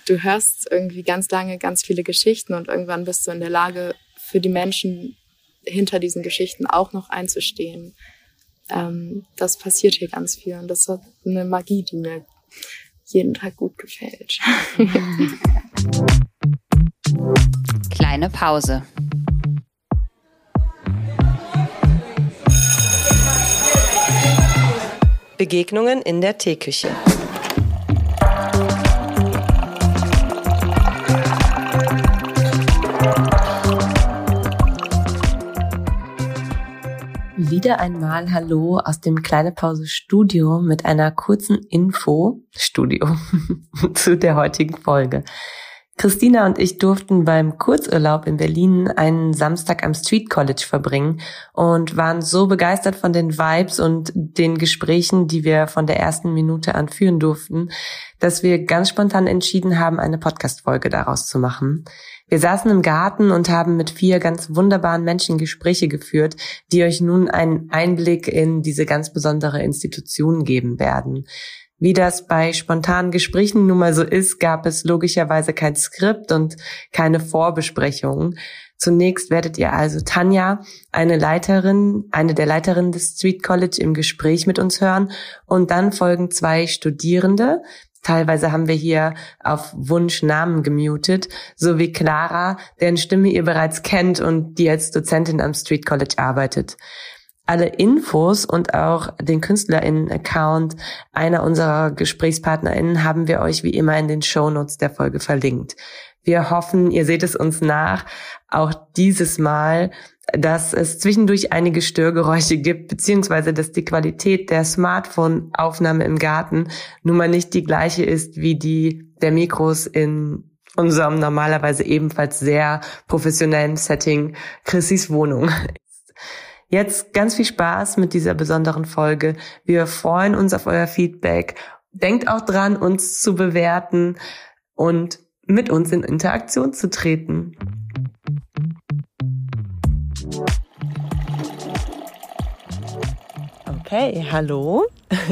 du hörst irgendwie ganz lange ganz viele Geschichten und irgendwann bist du in der Lage, für die Menschen hinter diesen Geschichten auch noch einzustehen. Das passiert hier ganz viel und das hat eine Magie, die mir jeden Tag gut gefällt. Kleine Pause. Begegnungen in der Teeküche. Wieder einmal Hallo aus dem Kleine Pause Studio mit einer kurzen Info zu der heutigen Folge. Christina und ich durften beim Kurzurlaub in Berlin einen Samstag am Street College verbringen und waren so begeistert von den Vibes und den Gesprächen, die wir von der ersten Minute an führen durften, dass wir ganz spontan entschieden haben, eine Podcast-Folge daraus zu machen. Wir saßen im Garten und haben mit 4 ganz wunderbaren Menschen Gespräche geführt, die euch nun einen Einblick in diese ganz besondere Institution geben werden. Wie das bei spontanen Gesprächen nun mal so ist, gab es logischerweise kein Skript und keine Vorbesprechungen. Zunächst werdet ihr also Tanja, eine der Leiterinnen des Street College, im Gespräch mit uns hören, und dann folgen 2 Studierende. Teilweise haben wir hier auf Wunsch Namen gemutet, sowie Clara, deren Stimme ihr bereits kennt und die als Dozentin am Street College arbeitet. Alle Infos und auch den KünstlerInnen-Account einer unserer GesprächspartnerInnen haben wir euch wie immer in den Shownotes der Folge verlinkt. Wir hoffen, ihr seht es uns nach, auch dieses Mal, dass es zwischendurch einige Störgeräusche gibt, beziehungsweise dass die Qualität der Smartphone-Aufnahme im Garten nun mal nicht die gleiche ist wie die der Mikros in unserem normalerweise ebenfalls sehr professionellen Setting Chrissys Wohnung. Jetzt ganz viel Spaß mit dieser besonderen Folge. Wir freuen uns auf euer Feedback. Denkt auch dran, uns zu bewerten und mit uns in Interaktion zu treten. Okay, hallo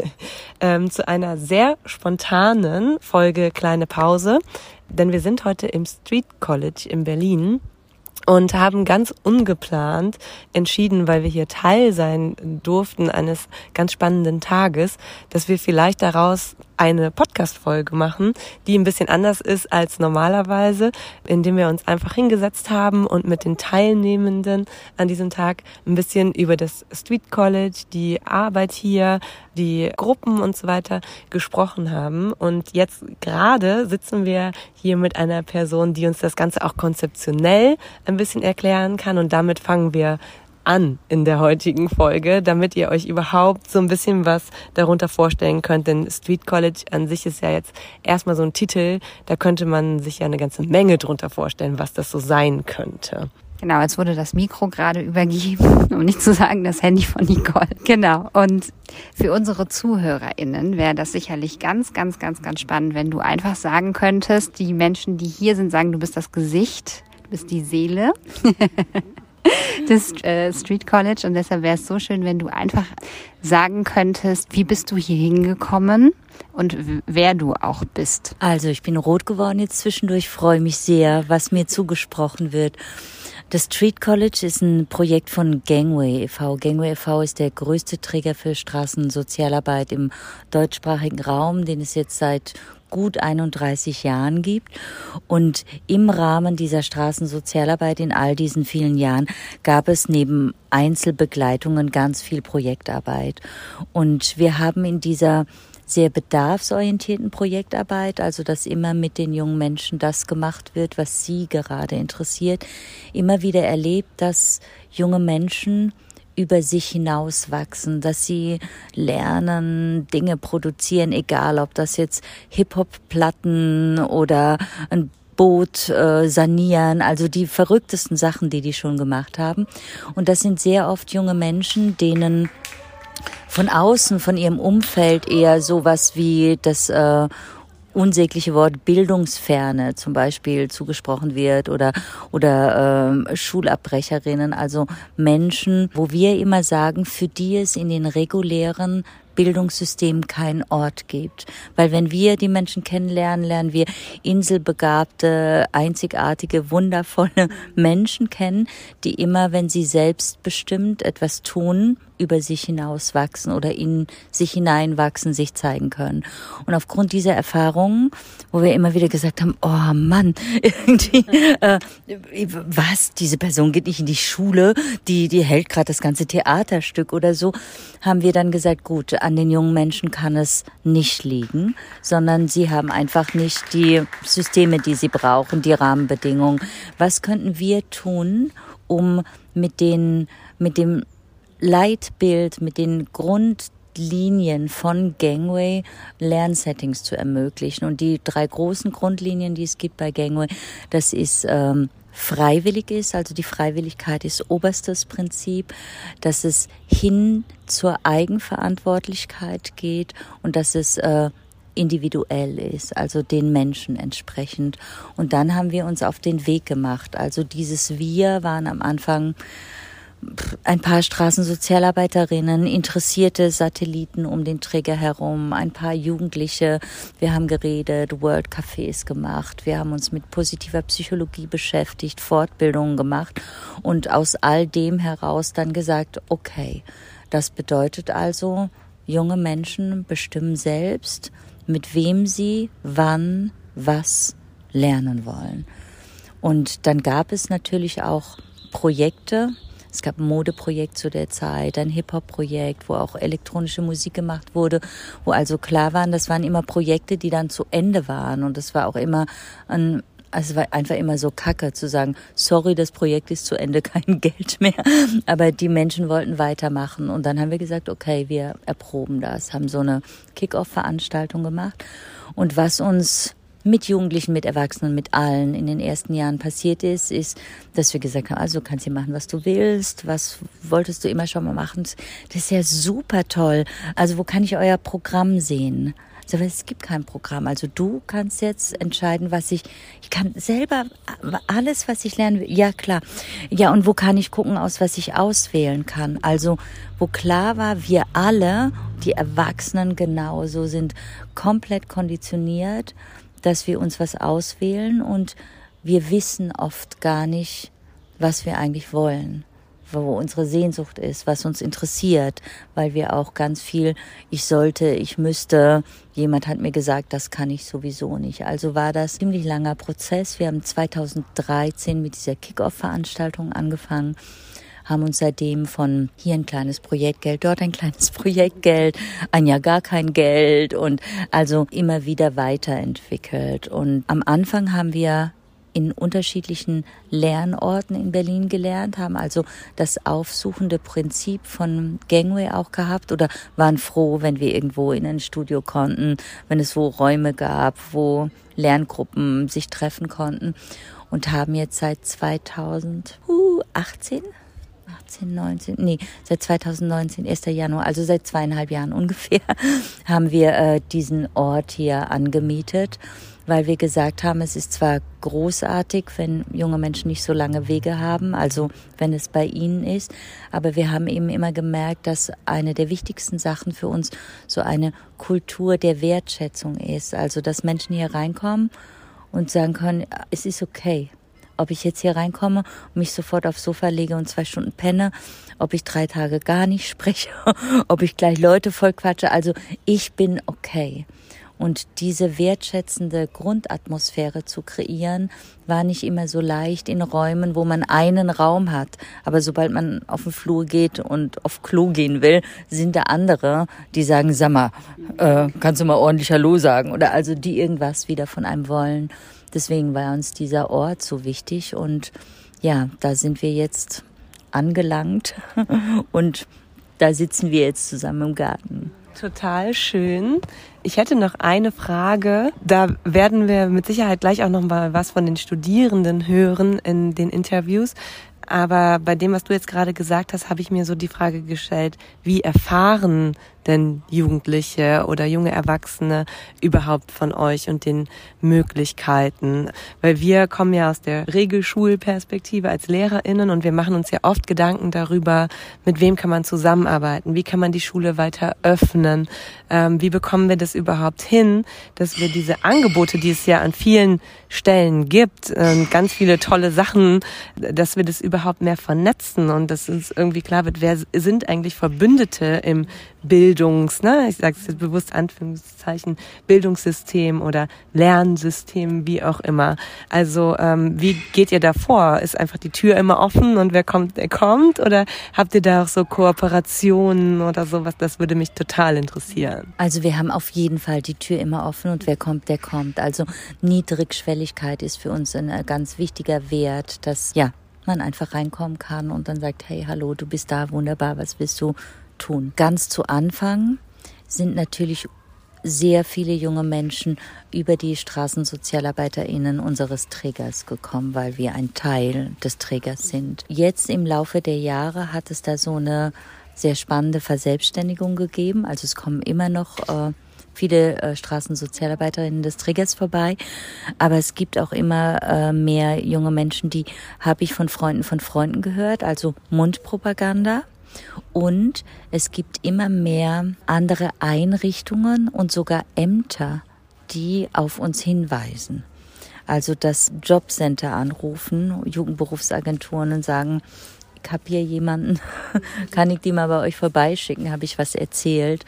zu einer sehr spontanen Folge Kleine Pause, denn wir sind heute im Street College in Berlin und haben ganz ungeplant entschieden, weil wir hier Teil sein durften eines ganz spannenden Tages, dass wir vielleicht daraus eine Podcast-Folge machen, die ein bisschen anders ist als normalerweise, indem wir uns einfach hingesetzt haben und mit den Teilnehmenden an diesem Tag ein bisschen über das Street College, die Arbeit hier, die Gruppen und so weiter gesprochen haben. Und jetzt gerade sitzen wir hier mit einer Person, die uns das Ganze auch konzeptionell ein bisschen erklären kann. Und damit fangen wir an in der heutigen Folge, damit ihr euch überhaupt so ein bisschen was darunter vorstellen könnt. Denn Street College an sich ist ja jetzt erstmal so ein Titel, da könnte man sich ja eine ganze Menge drunter vorstellen, was das so sein könnte. Genau, jetzt wurde das Mikro gerade übergeben, um nicht zu sagen das Handy von Nicole. Genau, und für unsere ZuhörerInnen wäre das sicherlich ganz, ganz, ganz, ganz spannend, wenn du einfach sagen könntest, die Menschen, die hier sind, sagen, du bist das Gesicht, du bist die Seele des Street College, und deshalb wäre es so schön, wenn du einfach sagen könntest, wie bist du hier hingekommen und wer du auch bist. Also ich bin rot geworden jetzt zwischendurch, freue mich sehr, was mir zugesprochen wird. Das Street College ist ein Projekt von Gangway e.V. Gangway e.V. ist der größte Träger für Straßensozialarbeit im deutschsprachigen Raum, den es jetzt seit gut 31 Jahren gibt. Und im Rahmen dieser Straßensozialarbeit in all diesen vielen Jahren gab es neben Einzelbegleitungen ganz viel Projektarbeit. Und wir haben in dieser sehr bedarfsorientierten Projektarbeit, also dass immer mit den jungen Menschen das gemacht wird, was sie gerade interessiert, immer wieder erlebt, dass junge Menschen über sich hinauswachsen, dass sie lernen, Dinge produzieren, egal ob das jetzt Hip-Hop-Platten oder ein Boot sanieren, also die verrücktesten Sachen, die schon gemacht haben. Und das sind sehr oft junge Menschen, denen von außen, von ihrem Umfeld eher sowas wie das unsägliche Wort Bildungsferne zum Beispiel zugesprochen wird oder Schulabbrecherinnen, also Menschen, wo wir immer sagen, für die es in den regulären Bildungssystem keinen Ort gibt. Weil wenn wir die Menschen kennenlernen, lernen wir inselbegabte, einzigartige, wundervolle Menschen kennen, die immer, wenn sie selbstbestimmt etwas tun, über sich hinauswachsen oder in sich hineinwachsen, sich zeigen können. Und aufgrund dieser Erfahrungen, wo wir immer wieder gesagt haben, oh Mann, irgendwie, was, diese Person geht nicht in die Schule, die hält gerade das ganze Theaterstück oder so, haben wir dann gesagt, gut, an den jungen Menschen kann es nicht liegen, sondern sie haben einfach nicht die Systeme, die sie brauchen, die Rahmenbedingungen. Was könnten wir tun, um mit dem Leitbild, mit den Grundlinien von Gangway Lernsettings zu ermöglichen? Und die 3 großen Grundlinien, die es gibt bei Gangway, das ist freiwillig ist, also die Freiwilligkeit ist oberstes Prinzip, dass es hin zur Eigenverantwortlichkeit geht und dass es individuell ist, also den Menschen entsprechend. Und dann haben wir uns auf den Weg gemacht. Also dieses Wir waren am Anfang ein paar Straßensozialarbeiterinnen, interessierte Satelliten um den Träger herum, ein paar Jugendliche. Wir haben geredet, World Cafés gemacht, wir haben uns mit positiver Psychologie beschäftigt, Fortbildungen gemacht und aus all dem heraus dann gesagt, okay, das bedeutet also, junge Menschen bestimmen selbst, mit wem sie wann was lernen wollen. Und dann gab es natürlich auch Projekte. Es gab ein Modeprojekt zu der Zeit, ein Hip-Hop-Projekt, wo auch elektronische Musik gemacht wurde, wo also klar waren, das waren immer Projekte, die dann zu Ende waren. Und es war auch immer es war einfach immer so kacke zu sagen, sorry, das Projekt ist zu Ende, kein Geld mehr. Aber die Menschen wollten weitermachen. Und dann haben wir gesagt, okay, wir erproben das, haben so eine Kick-Off-Veranstaltung gemacht. Und was uns mit Jugendlichen, mit Erwachsenen, mit allen in den ersten Jahren passiert ist, dass wir gesagt haben, also du kannst hier machen, was du willst, was wolltest du immer schon mal machen. Das ist ja super toll. Also wo kann ich euer Programm sehen? Also es gibt kein Programm. Also du kannst jetzt entscheiden, ich kann selber alles, was ich lernen will. Ja, klar. Ja, und wo kann ich gucken, was ich auswählen kann? Also wo klar war, wir alle, die Erwachsenen genauso, sind komplett konditioniert, dass wir uns was auswählen und wir wissen oft gar nicht, was wir eigentlich wollen, wo unsere Sehnsucht ist, was uns interessiert, weil wir auch ganz viel, ich müsste, jemand hat mir gesagt, das kann ich sowieso nicht. Also war das ein ziemlich langer Prozess. Wir haben 2013 mit dieser Kick-Off-Veranstaltung angefangen, haben uns seitdem von hier ein kleines Projektgeld, dort ein kleines Projektgeld, ein Jahr gar kein Geld und also immer wieder weiterentwickelt. Und am Anfang haben wir in unterschiedlichen Lernorten in Berlin gelernt, haben also das aufsuchende Prinzip von Gangway auch gehabt oder waren froh, wenn wir irgendwo in ein Studio konnten, wenn es wo Räume gab, wo Lerngruppen sich treffen konnten und haben jetzt seit 2019, seit 2019, 1. Januar, also seit 2,5 Jahren ungefähr, haben wir diesen Ort hier angemietet, weil wir gesagt haben, es ist zwar großartig, wenn junge Menschen nicht so lange Wege haben, also wenn es bei ihnen ist, aber wir haben eben immer gemerkt, dass eine der wichtigsten Sachen für uns so eine Kultur der Wertschätzung ist, also dass Menschen hier reinkommen und sagen können, es ist okay. Ob ich jetzt hier reinkomme und mich sofort aufs Sofa lege und 2 Stunden penne, ob ich 3 Tage gar nicht spreche, ob ich gleich Leute voll quatsche, also ich bin okay. Und diese wertschätzende Grundatmosphäre zu kreieren, war nicht immer so leicht in Räumen, wo man einen Raum hat. Aber sobald man auf den Flur geht und auf Klo gehen will, sind da andere, die sagen, sag mal, kannst du mal ordentlich Hallo sagen? Oder also die irgendwas wieder von einem wollen. Deswegen war uns dieser Ort so wichtig und ja, da sind wir jetzt angelangt und da sitzen wir jetzt zusammen im Garten. Total schön. Ich hätte noch eine Frage. Da werden wir mit Sicherheit gleich auch noch mal was von den Studierenden hören in den Interviews. Aber bei dem, was du jetzt gerade gesagt hast, habe ich mir so die Frage gestellt, wie erfahren denn Jugendliche oder junge Erwachsene überhaupt von euch und den Möglichkeiten? Weil wir kommen ja aus der Regelschulperspektive als LehrerInnen und wir machen uns ja oft Gedanken darüber, mit wem kann man zusammenarbeiten, wie kann man die Schule weiter öffnen, wie bekommen wir das überhaupt hin, dass wir diese Angebote, die es ja an vielen Stellen gibt, ganz viele tolle Sachen, dass wir das überhaupt mehr vernetzen und dass uns irgendwie klar wird, wer sind eigentlich Verbündete im ich sage es jetzt bewusst Anführungszeichen, Bildungssystem oder Lernsystem, wie auch immer. Also wie geht ihr da vor? Ist einfach die Tür immer offen und wer kommt, der kommt? Oder habt ihr da auch so Kooperationen oder sowas? Das würde mich total interessieren. Also wir haben auf jeden Fall die Tür immer offen und wer kommt, der kommt. Also Niedrigschwelligkeit ist für uns ein ganz wichtiger Wert, dass man einfach reinkommen kann und dann sagt, hey, hallo, du bist da, wunderbar, was willst du tun? Ganz zu Anfang sind natürlich sehr viele junge Menschen über die StraßensozialarbeiterInnen unseres Trägers gekommen, weil wir ein Teil des Trägers sind. Jetzt im Laufe der Jahre hat es da so eine sehr spannende Verselbstständigung gegeben. Also es kommen immer noch viele Straßensozialarbeiterinnen des Trägers vorbei, aber es gibt auch immer mehr junge Menschen, die habe ich von Freunden gehört, also Mundpropaganda. Und es gibt immer mehr andere Einrichtungen und sogar Ämter, die auf uns hinweisen. Also das Jobcenter anrufen, Jugendberufsagenturen und sagen, ich habe hier jemanden, kann ich die mal bei euch vorbeischicken, habe ich was erzählt.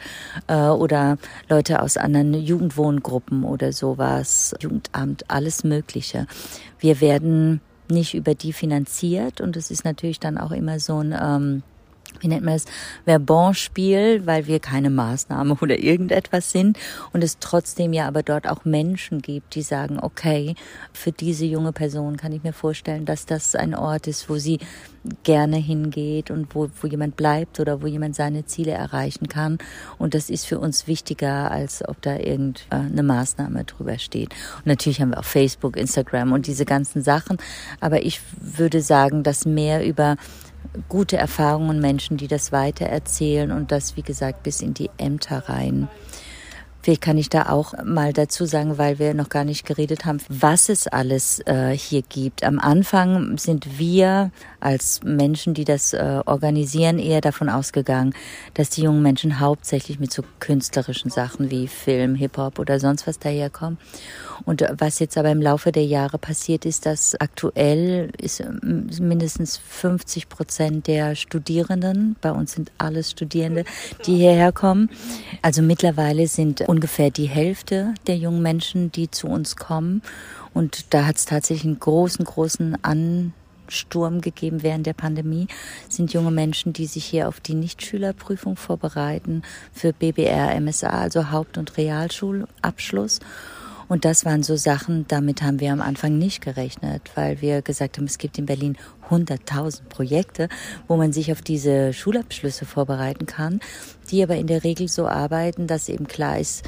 Oder Leute aus anderen Jugendwohngruppen oder sowas, Jugendamt, alles Mögliche. Wir werden nicht über die finanziert und es ist natürlich dann auch immer so ein wie nennt man das, Verbonspiel, weil wir keine Maßnahme oder irgendetwas sind und es trotzdem ja aber dort auch Menschen gibt, die sagen, okay, für diese junge Person kann ich mir vorstellen, dass das ein Ort ist, wo sie gerne hingeht und wo jemand bleibt oder wo jemand seine Ziele erreichen kann und das ist für uns wichtiger, als ob da irgendeine Maßnahme drüber steht. Und natürlich haben wir auch Facebook, Instagram und diese ganzen Sachen, aber ich würde sagen, dass mehr über gute Erfahrungen, Menschen, die das weitererzählen und das, wie gesagt, bis in die Ämter rein. Vielleicht kann ich da auch mal dazu sagen, weil wir noch gar nicht geredet haben, was es alles hier gibt. Am Anfang sind wir als Menschen, die das organisieren, eher davon ausgegangen, dass die jungen Menschen hauptsächlich mit so künstlerischen Sachen wie Film, Hip-Hop oder sonst was daherkommen. Und was jetzt aber im Laufe der Jahre passiert ist, dass aktuell ist mindestens 50% der Studierenden, bei uns sind alles Studierende, die hierher kommen. Also mittlerweile sind ungefähr die Hälfte der jungen Menschen, die zu uns kommen. Und da hat es tatsächlich einen großen Ansturm gegeben während der Pandemie, sind junge Menschen, die sich hier auf die Nichtschülerprüfung vorbereiten für BBR, MSA, also Haupt- und Realschulabschluss. Und das waren so Sachen, damit haben wir am Anfang nicht gerechnet, weil wir gesagt haben, es gibt in Berlin 100.000 Projekte, wo man sich auf diese Schulabschlüsse vorbereiten kann, die aber in der Regel so arbeiten, dass eben klar ist,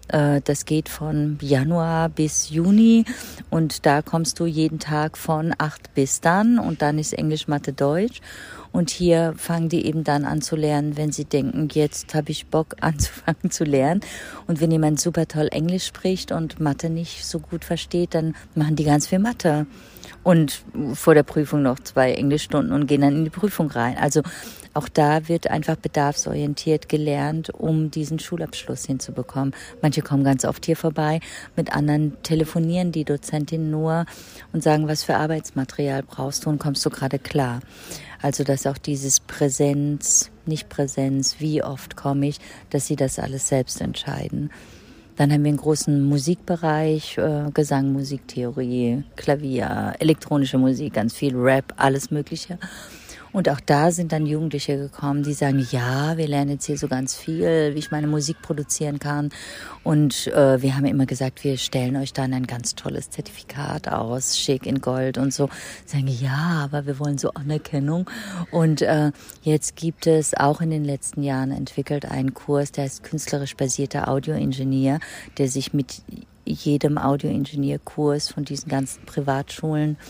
das geht von Januar bis Juni und da kommst du jeden Tag von 8 bis dann und dann ist Englisch, Mathe, Deutsch. Und hier fangen die eben dann an zu lernen, wenn sie denken, jetzt habe ich Bock anzufangen zu lernen. Und wenn jemand super toll Englisch spricht und Mathe nicht so gut versteht, dann machen die ganz viel Mathe. Und vor der Prüfung noch 2 Englischstunden und gehen dann in die Prüfung rein. Also auch da wird einfach bedarfsorientiert gelernt, um diesen Schulabschluss hinzubekommen. Manche kommen ganz oft hier vorbei, mit anderen telefonieren die Dozentin nur und sagen, was für Arbeitsmaterial brauchst du und kommst du gerade klar. Also dass auch dieses Präsenz, Nicht-Präsenz, wie oft komme ich, dass sie das alles selbst entscheiden. Dann haben wir einen großen Musikbereich, Gesang, Musiktheorie, Klavier, elektronische Musik, ganz viel Rap, alles Mögliche. Und auch da sind dann Jugendliche gekommen, die sagen, ja, wir lernen jetzt hier so ganz viel, wie ich meine Musik produzieren kann. Und wir haben immer gesagt, wir stellen euch dann ein ganz tolles Zertifikat aus, schick in Gold und so. Sagen, ja, aber wir wollen so Anerkennung. Und jetzt gibt es auch in den letzten Jahren entwickelt einen Kurs, der heißt künstlerisch basierter Audioingenieur, der sich mit jedem Audioingenieurkurs von diesen ganzen Privatschulen,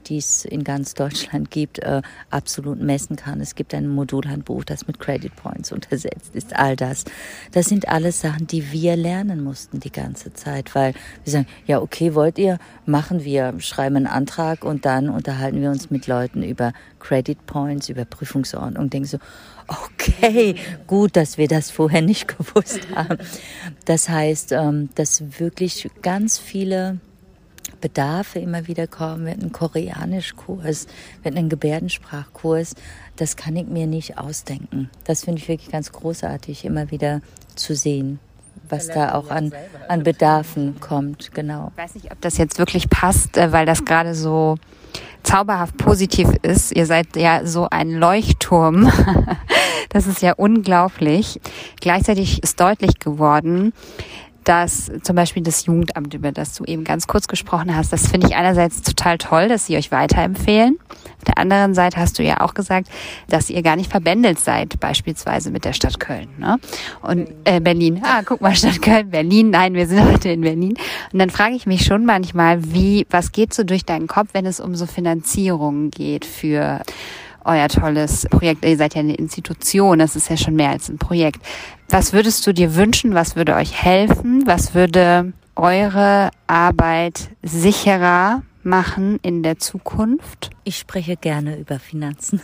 die es in ganz Deutschland gibt, absolut messen kann. Es gibt ein Modulhandbuch, das mit Credit Points untersetzt ist, all das. Das sind alles Sachen, die wir lernen mussten die ganze Zeit, weil wir sagen, ja okay, wollt ihr, machen wir, schreiben einen Antrag und dann unterhalten wir uns mit Leuten über Credit Points, über Prüfungsordnung, denken so, okay, gut, dass wir das vorher nicht gewusst haben. Das heißt, dass wirklich ganz viele Bedarfe immer wieder kommen, wird ein Koreanischkurs, wird ein Gebärdensprachkurs, das kann ich mir nicht ausdenken. Das finde ich wirklich ganz großartig, immer wieder zu sehen, was da auch an Bedarfen kommt, genau. Ich weiß nicht, ob das jetzt wirklich passt, weil das gerade so zauberhaft positiv ist. Ihr seid ja so ein Leuchtturm. Das ist ja unglaublich. Gleichzeitig ist deutlich geworden, dass zum Beispiel das Jugendamt, über das du eben ganz kurz gesprochen hast, das finde ich einerseits total toll, dass sie euch weiterempfehlen. Auf der anderen Seite hast du ja auch gesagt, dass ihr gar nicht verbändelt seid, beispielsweise mit der Stadt Köln, ne? Und Berlin. Guck mal, Stadt Köln, Berlin. Nein, wir sind heute in Berlin. Und dann frage ich mich schon manchmal, was geht so durch deinen Kopf, wenn es um so Finanzierungen geht für euer tolles Projekt. Ihr seid ja eine Institution, das ist ja schon mehr als ein Projekt. Was würdest du dir wünschen? Was würde euch helfen? Was würde eure Arbeit sicherer machen in der Zukunft? Ich spreche gerne über Finanzen.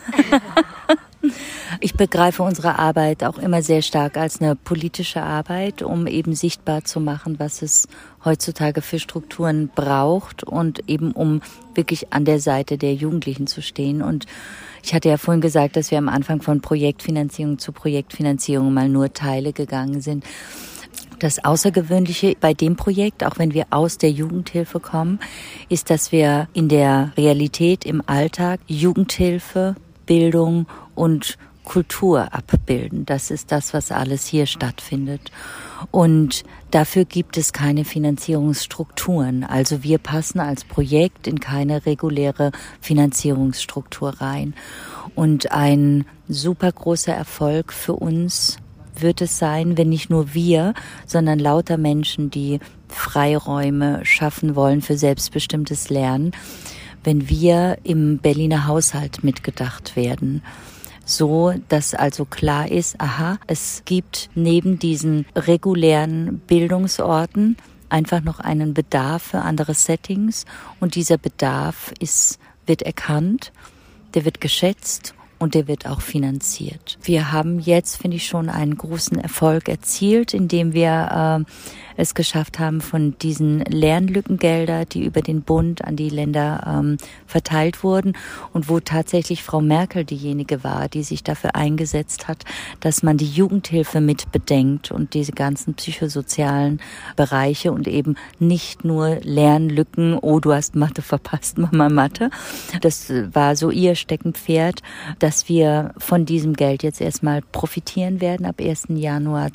Ich begreife unsere Arbeit auch immer sehr stark als eine politische Arbeit, um eben sichtbar zu machen, was es heutzutage für Strukturen braucht und eben um wirklich an der Seite der Jugendlichen zu stehen. Und ich hatte ja vorhin gesagt, dass wir am Anfang von Projektfinanzierung zu Projektfinanzierung mal nur Teile gegangen sind. Das Außergewöhnliche bei dem Projekt, auch wenn wir aus der Jugendhilfe kommen, ist, dass wir in der Realität im Alltag Jugendhilfe, Bildung und Kultur abbilden. Das ist das, was alles hier stattfindet. Und dafür gibt es keine Finanzierungsstrukturen. Also wir passen als Projekt in keine reguläre Finanzierungsstruktur rein. Und ein super großer Erfolg für uns wird es sein, wenn nicht nur wir, sondern lauter Menschen, die Freiräume schaffen wollen für selbstbestimmtes Lernen, wenn wir im Berliner Haushalt mitgedacht werden. So, dass also klar ist, es gibt neben diesen regulären Bildungsorten einfach noch einen Bedarf für andere Settings und dieser Bedarf wird erkannt, der wird geschätzt und der wird auch finanziert. Wir haben jetzt, finde ich, schon einen großen Erfolg erzielt, indem wir es geschafft haben, von diesen Lernlückengelder, die über den Bund an die Länder verteilt wurden und wo tatsächlich Frau Merkel diejenige war, die sich dafür eingesetzt hat, dass man die Jugendhilfe mit bedenkt und diese ganzen psychosozialen Bereiche und eben nicht nur Lernlücken, oh, du hast Mathe verpasst, Mama Mathe. Das war so ihr Steckenpferd, dass wir von diesem Geld jetzt erstmal profitieren werden ab 1. Januar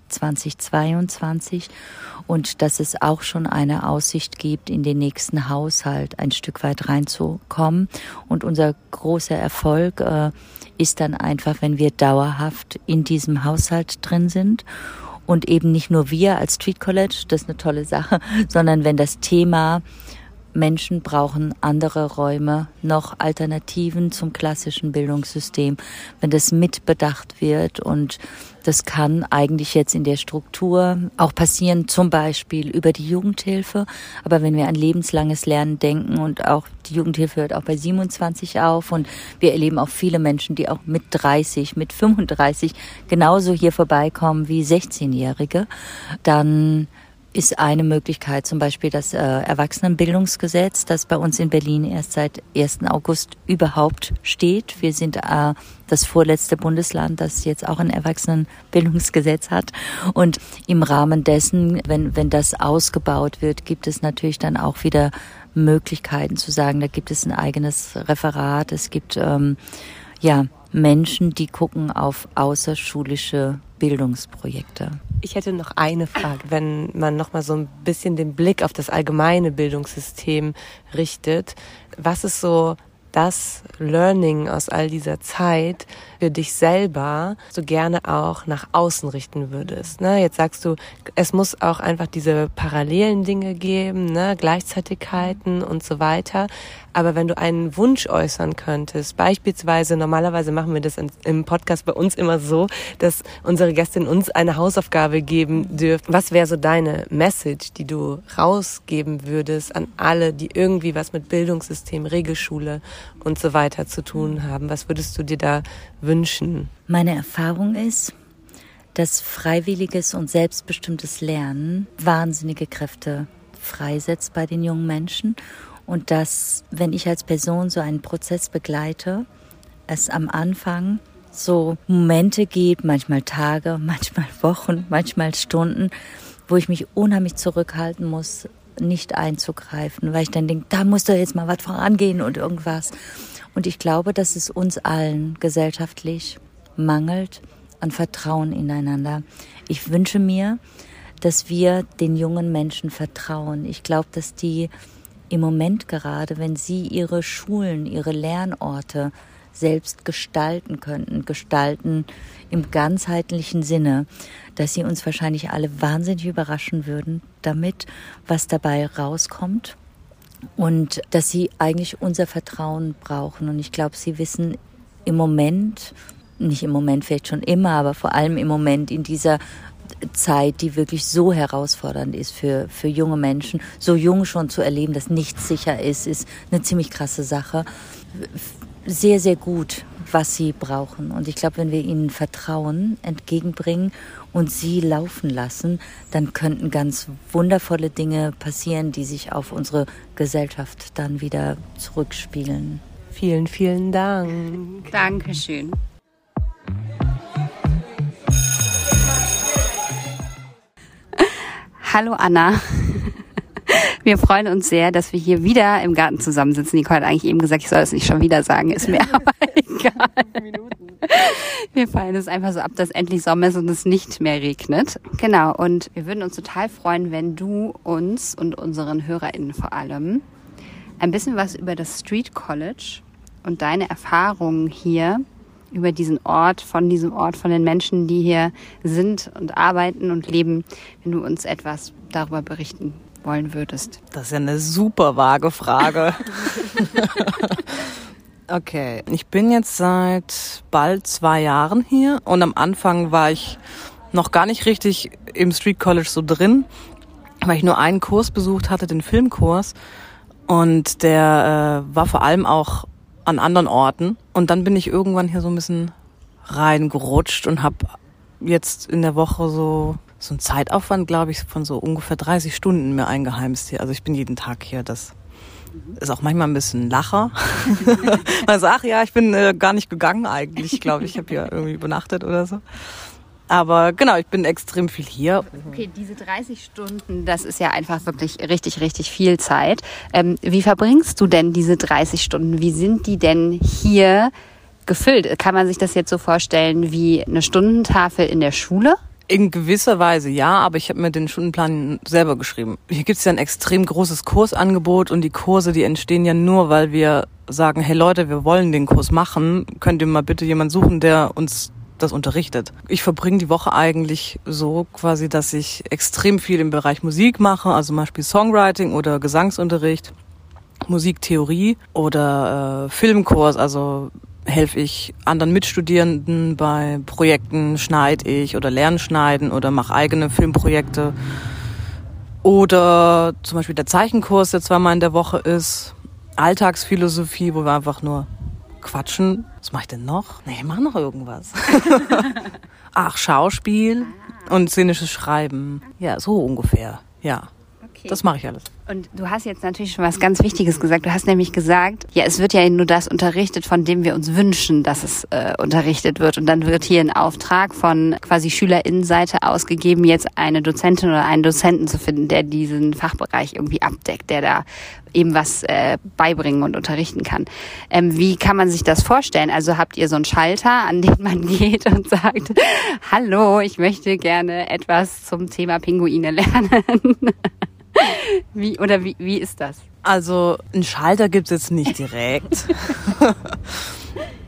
2022. Und dass es auch schon eine Aussicht gibt, in den nächsten Haushalt ein Stück weit reinzukommen. Und unser großer Erfolg ist dann einfach, wenn wir dauerhaft in diesem Haushalt drin sind. Und eben nicht nur wir als Street College, das ist eine tolle Sache, sondern wenn das Thema Menschen brauchen andere Räume, noch Alternativen zum klassischen Bildungssystem, wenn das mitbedacht wird. Und das kann eigentlich jetzt in der Struktur auch passieren, zum Beispiel über die Jugendhilfe. Aber wenn wir an lebenslanges Lernen denken und auch die Jugendhilfe hört auch bei 27 auf und wir erleben auch viele Menschen, die auch mit 30, mit 35 genauso hier vorbeikommen wie 16-Jährige, dann ist eine Möglichkeit zum Beispiel das Erwachsenenbildungsgesetz, das bei uns in Berlin erst seit 1. August überhaupt steht. Wir sind das vorletzte Bundesland, das jetzt auch ein Erwachsenenbildungsgesetz hat. Und im Rahmen dessen, wenn das ausgebaut wird, gibt es natürlich dann auch wieder Möglichkeiten zu sagen, da gibt es ein eigenes Referat. Es gibt Menschen, die gucken auf außerschulische Bildungsprojekte. Ich hätte noch eine Frage, wenn man noch mal so ein bisschen den Blick auf das allgemeine Bildungssystem richtet. Was ist so das Learning aus all dieser Zeit, für dich selber so gerne auch nach außen richten würdest. Ne? Jetzt sagst du, es muss auch einfach diese parallelen Dinge geben, ne? Gleichzeitigkeiten und so weiter. Aber wenn du einen Wunsch äußern könntest, beispielsweise, normalerweise machen wir das im Podcast bei uns immer so, dass unsere Gästinnen uns eine Hausaufgabe geben dürfen. Was wäre so deine Message, die du rausgeben würdest an alle, die irgendwie was mit Bildungssystem, Regelschule und so weiter zu tun haben? Was würdest du dir da wünschen? Meine Erfahrung ist, dass freiwilliges und selbstbestimmtes Lernen wahnsinnige Kräfte freisetzt bei den jungen Menschen. Und dass, wenn ich als Person so einen Prozess begleite, es am Anfang so Momente gibt, manchmal Tage, manchmal Wochen, manchmal Stunden, wo ich mich unheimlich zurückhalten muss, nicht einzugreifen, weil ich dann denke, da muss doch jetzt mal was vorangehen und irgendwas. Und ich glaube, dass es uns allen gesellschaftlich mangelt an Vertrauen ineinander. Ich wünsche mir, dass wir den jungen Menschen vertrauen. Ich glaube, dass die im Moment gerade, wenn sie ihre Schulen, ihre Lernorte selbst gestalten könnten, gestalten im ganzheitlichen Sinne, dass sie uns wahrscheinlich alle wahnsinnig überraschen würden damit, was dabei rauskommt und dass sie eigentlich unser Vertrauen brauchen. Und ich glaube, sie wissen im Moment, nicht im Moment, vielleicht schon immer, aber vor allem im Moment in dieser Zeit, die wirklich so herausfordernd ist für junge Menschen, so jung schon zu erleben, dass nichts sicher ist eine ziemlich krasse Sache. Sehr, sehr gut, was sie brauchen. Und ich glaube, wenn wir ihnen Vertrauen entgegenbringen und sie laufen lassen, dann könnten ganz wundervolle Dinge passieren, die sich auf unsere Gesellschaft dann wieder zurückspiegeln. Vielen, vielen Dank. Dankeschön. Hallo Anna. Wir freuen uns sehr, dass wir hier wieder im Garten zusammensitzen. Nicole hat eigentlich eben gesagt, ich soll das nicht schon wieder sagen, ist mir aber egal. Wir feiern es einfach so ab, dass endlich Sommer ist und es nicht mehr regnet. Genau, und wir würden uns total freuen, wenn du uns und unseren HörerInnen vor allem ein bisschen was über das Street College und deine Erfahrungen hier über diesen Ort, von den Menschen, die hier sind und arbeiten und leben, wenn du uns etwas darüber berichten wollen würdest. Das ist ja eine super vage Frage. Okay, ich bin jetzt seit bald 2 Jahren hier und am Anfang war ich noch gar nicht richtig im Street College so drin, weil ich nur einen Kurs besucht hatte, den Filmkurs, und der war vor allem auch an anderen Orten. Und dann bin ich irgendwann hier so ein bisschen reingerutscht und habe jetzt in der Woche so einen Zeitaufwand, glaube ich, von so ungefähr 30 Stunden mir eingeheimst hier. Also ich bin jeden Tag hier. Das ist auch manchmal ein bisschen Lacher. Man sagt, ach ja, ich bin gar nicht gegangen eigentlich. Ich glaube, ich habe hier irgendwie übernachtet oder so. Aber genau, ich bin extrem viel hier. Okay, diese 30 Stunden, das ist ja einfach wirklich richtig, richtig viel Zeit. Wie verbringst du denn diese 30 Stunden? Wie sind die denn hier gefüllt? Kann man sich das jetzt so vorstellen wie eine Stundentafel in der Schule? In gewisser Weise ja, aber ich habe mir den Stundenplan selber geschrieben. Hier gibt es ja ein extrem großes Kursangebot und die Kurse, die entstehen ja nur, weil wir sagen, hey Leute, wir wollen den Kurs machen. Könnt ihr mal bitte jemanden suchen, der uns das unterrichtet. Ich verbringe die Woche eigentlich so quasi, dass ich extrem viel im Bereich Musik mache, also zum Beispiel Songwriting oder Gesangsunterricht, Musiktheorie oder Filmkurs, also helfe ich anderen Mitstudierenden bei Projekten, schneide ich oder lerne schneiden oder mache eigene Filmprojekte. Oder zum Beispiel der Zeichenkurs, der 2-mal in der Woche ist, Alltagsphilosophie, wo wir einfach nur quatschen. Was mache ich denn noch? Nee, ich mache noch irgendwas. Ach, Schauspiel und szenisches Schreiben. Ja, so ungefähr. Ja, okay. Das mache ich alles. Und du hast jetzt natürlich schon was ganz Wichtiges gesagt. Du hast nämlich gesagt, ja, es wird ja nur das unterrichtet, von dem wir uns wünschen, dass es unterrichtet wird. Und dann wird hier ein Auftrag von quasi SchülerInnenseite ausgegeben, jetzt eine Dozentin oder einen Dozenten zu finden, der diesen Fachbereich irgendwie abdeckt, der da eben was beibringen und unterrichten kann. Wie kann man sich das vorstellen? Also habt ihr so einen Schalter, an den man geht und sagt, hallo, ich möchte gerne etwas zum Thema Pinguine lernen? Wie ist das? Also einen Schalter gibt's jetzt nicht direkt.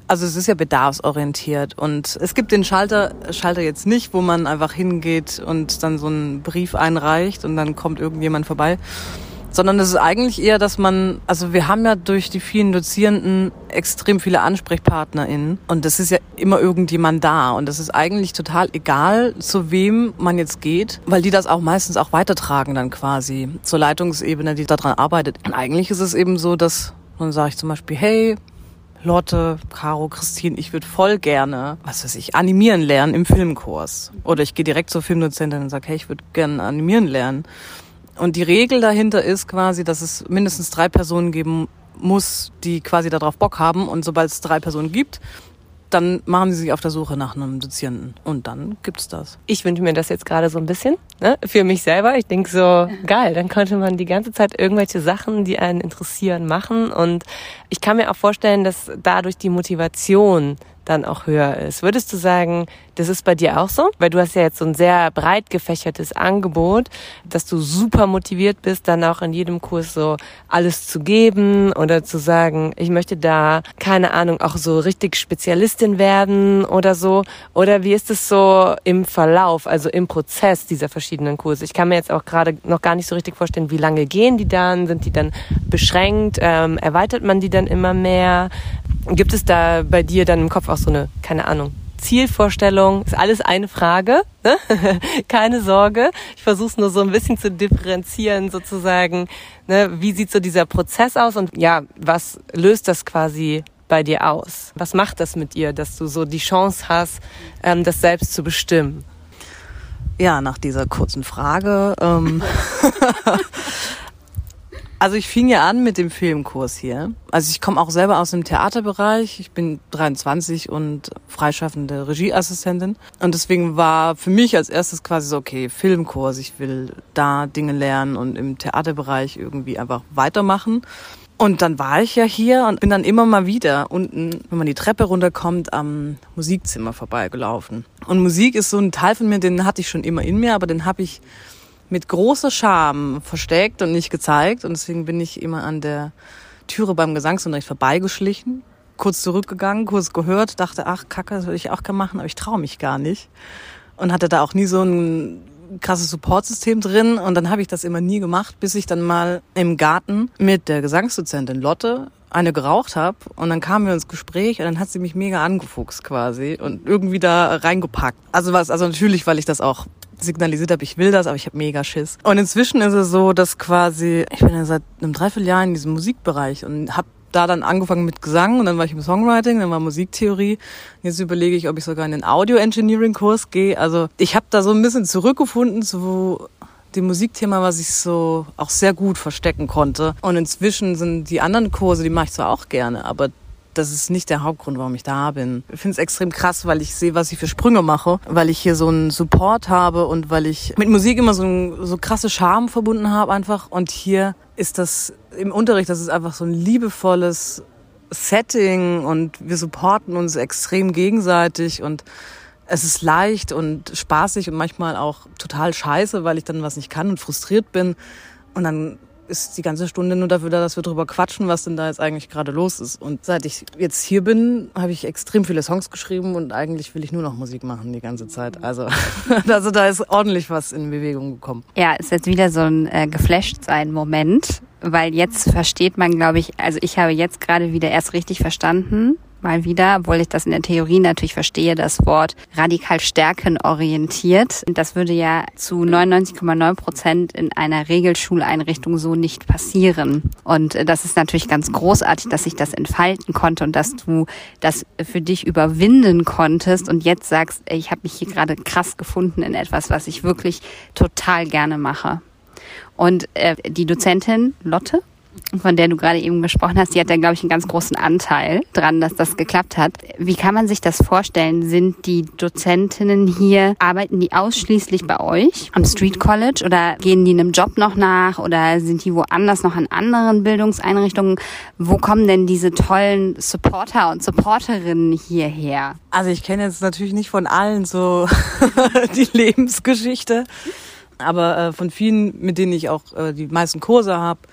Also es ist ja bedarfsorientiert und es gibt den Schalter jetzt nicht, wo man einfach hingeht und dann so einen Brief einreicht und dann kommt irgendjemand vorbei. Sondern es ist eigentlich eher, dass also wir haben ja durch die vielen Dozierenden extrem viele AnsprechpartnerInnen und es ist ja immer irgendjemand da und es ist eigentlich total egal, zu wem man jetzt geht, weil die das auch meistens auch weitertragen dann quasi zur Leitungsebene, die daran arbeitet. Und eigentlich ist es eben so, dass dann sage ich zum Beispiel, hey, Lotte, Caro, Christine, ich würde voll gerne, animieren lernen im Filmkurs. Oder ich gehe direkt zur Filmdozentin und sage, hey, ich würde gerne animieren lernen. Und die Regel dahinter ist quasi, dass es mindestens 3 Personen geben muss, die quasi darauf Bock haben. Und sobald es 3 Personen gibt, dann machen sie sich auf der Suche nach einem Dozierenden. Und dann gibt's das. Ich wünsche mir das jetzt gerade so ein bisschen, ne, für mich selber. Ich denke so, geil, dann könnte man die ganze Zeit irgendwelche Sachen, die einen interessieren, machen. Und ich kann mir auch vorstellen, dass dadurch die Motivation dann auch höher ist. Würdest du sagen, das ist bei dir auch so? Weil du hast ja jetzt so ein sehr breit gefächertes Angebot, dass du super motiviert bist, dann auch in jedem Kurs so alles zu geben oder zu sagen, ich möchte da, keine Ahnung, auch so richtig Spezialistin werden oder so. Oder wie ist es so im Verlauf, also im Prozess dieser verschiedenen Kurse? Ich kann mir jetzt auch gerade noch gar nicht so richtig vorstellen, wie lange gehen die dann? Sind die dann beschränkt? Erweitert man die dann immer mehr? Gibt es da bei dir dann im Kopf auch so eine, keine Ahnung, Zielvorstellung? Ist alles eine Frage, ne? Keine Sorge. Ich versuche es nur so ein bisschen zu differenzieren sozusagen. Ne? Wie sieht so dieser Prozess aus und ja, was löst das quasi bei dir aus? Was macht das mit ihr, dass du so die Chance hast, das selbst zu bestimmen? Ja, nach dieser kurzen Frage. Also ich fing ja an mit dem Filmkurs hier. Also ich komme auch selber aus dem Theaterbereich. Ich bin 23 und freischaffende Regieassistentin. Und deswegen war für mich als erstes quasi so, okay, Filmkurs, ich will da Dinge lernen und im Theaterbereich irgendwie einfach weitermachen. Und dann war ich ja hier und bin dann immer mal wieder unten, wenn man die Treppe runterkommt, am Musikzimmer vorbeigelaufen. Und Musik ist so ein Teil von mir, den hatte ich schon immer in mir, aber den habe ich mit großer Scham versteckt und nicht gezeigt. Und deswegen bin ich immer an der Türe beim Gesangsunterricht vorbeigeschlichen, kurz zurückgegangen, kurz gehört, dachte, ach Kacke, das würde ich auch gerne machen, aber ich traue mich gar nicht. Und hatte da auch nie so ein krasses Supportsystem drin. Und dann habe ich das immer nie gemacht, bis ich dann mal im Garten mit der Gesangsdozentin Lotte eine geraucht habe. Und dann kamen wir ins Gespräch und dann hat sie mich mega angefuchst quasi und irgendwie da reingepackt. Also natürlich, weil ich das auch signalisiert habe, ich will das, aber ich habe mega Schiss. Und inzwischen ist es so, dass quasi, ich bin ja seit einem Dreivierteljahr in diesem Musikbereich und habe da dann angefangen mit Gesang und dann war ich im Songwriting, dann war Musiktheorie. Jetzt überlege ich, ob ich sogar in den Audio-Engineering-Kurs gehe. Also ich habe da so ein bisschen zurückgefunden zu dem Musikthema, was ich so auch sehr gut verstecken konnte. Und inzwischen sind die anderen Kurse, die mache ich zwar auch gerne, aber das ist nicht der Hauptgrund, warum ich da bin. Ich finde es extrem krass, weil ich sehe, was ich für Sprünge mache, weil ich hier so einen Support habe und weil ich mit Musik immer so krasse Charme verbunden habe einfach. Und hier ist das im Unterricht, das ist einfach so ein liebevolles Setting und wir supporten uns extrem gegenseitig und es ist leicht und spaßig und manchmal auch total scheiße, weil ich dann was nicht kann und frustriert bin. Und dann ist die ganze Stunde nur dafür da, dass wir drüber quatschen, was denn da jetzt eigentlich gerade los ist. Und seit ich jetzt hier bin, habe ich extrem viele Songs geschrieben und eigentlich will ich nur noch Musik machen die ganze Zeit. Also da ist ordentlich was in Bewegung gekommen. Ja, ist jetzt wieder so ein Geflasht-Sein-Moment, weil jetzt versteht man, glaube ich, also ich habe jetzt gerade wieder erst richtig verstanden, mal wieder, obwohl ich das in der Theorie natürlich verstehe, das Wort radikal stärkenorientiert. Das würde ja zu 99,9% in einer Regelschuleinrichtung so nicht passieren. Und das ist natürlich ganz großartig, dass sich das entfalten konnte und dass du das für dich überwinden konntest und jetzt sagst, ey, ich habe mich hier gerade krass gefunden in etwas, was ich wirklich total gerne mache. Und die Dozentin Lotte, von der du gerade eben gesprochen hast, die hat da, glaube ich, einen ganz großen Anteil dran, dass das geklappt hat. Wie kann man sich das vorstellen? Sind die Dozentinnen hier, arbeiten die ausschließlich bei euch am Street College oder gehen die einem Job noch nach oder sind die woanders noch an anderen Bildungseinrichtungen? Wo kommen denn diese tollen Supporter und Supporterinnen hierher? Also ich kenne jetzt natürlich nicht von allen so die Lebensgeschichte, aber von vielen, mit denen ich auch die meisten Kurse habe,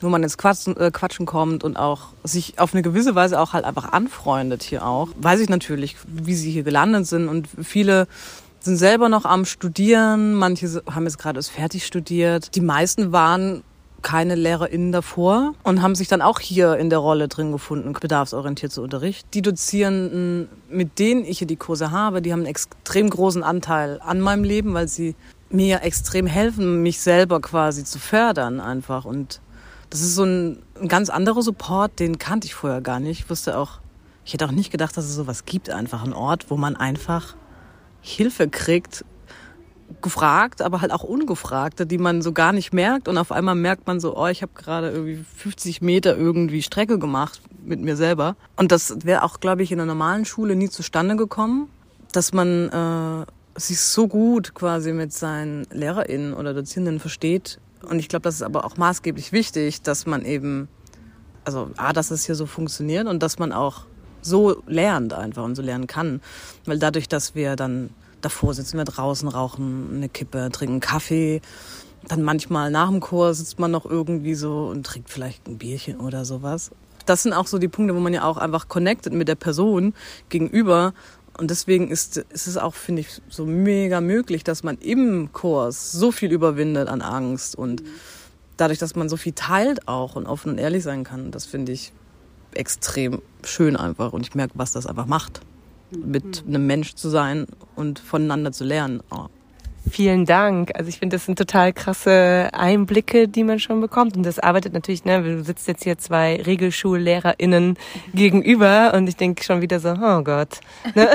wo man ins Quatschen kommt und auch sich auf eine gewisse Weise auch halt einfach anfreundet hier auch. Weiß ich natürlich, wie sie hier gelandet sind und viele sind selber noch am Studieren, manche haben jetzt gerade erst fertig studiert. Die meisten waren keine LehrerInnen davor und haben sich dann auch hier in der Rolle drin gefunden, bedarfsorientiert zu unterrichten. Die Dozierenden, mit denen ich hier die Kurse habe, die haben einen extrem großen Anteil an meinem Leben, weil sie mir extrem helfen, mich selber quasi zu fördern einfach. Und das ist so ein ganz anderer Support, den kannte ich vorher gar nicht. Ich hätte auch nicht gedacht, dass es sowas gibt, einfach ein Ort, wo man einfach Hilfe kriegt, gefragt, aber halt auch ungefragte, die man so gar nicht merkt. Und auf einmal merkt man so, ich habe gerade irgendwie 50 Meter irgendwie Strecke gemacht mit mir selber. Und das wäre auch, glaube ich, in einer normalen Schule nie zustande gekommen, dass man sich so gut quasi mit seinen LehrerInnen oder Dozierenden versteht. Und ich glaube, das ist aber auch maßgeblich wichtig, dass man eben, dass es hier so funktioniert und dass man auch so lernt einfach und so lernen kann. Weil dadurch, dass wir dann davor sitzen wir draußen, rauchen eine Kippe, trinken Kaffee. Dann manchmal nach dem Kurs sitzt man noch irgendwie so und trinkt vielleicht ein Bierchen oder sowas. Das sind auch so die Punkte, wo man ja auch einfach connected mit der Person gegenüber. Und deswegen ist es auch, finde ich, so mega möglich, dass man im Kurs so viel überwindet an Angst. Und dadurch, dass man so viel teilt auch und offen und ehrlich sein kann, das finde ich extrem schön einfach. Und ich merke, was das einfach macht, mit einem Mensch zu sein und voneinander zu lernen. Oh. Vielen Dank. Also ich finde, das sind total krasse Einblicke, die man schon bekommt. Und das arbeitet natürlich, du sitzt jetzt hier 2 RegelschullehrerInnen gegenüber und ich denke schon wieder so, oh Gott. Ne?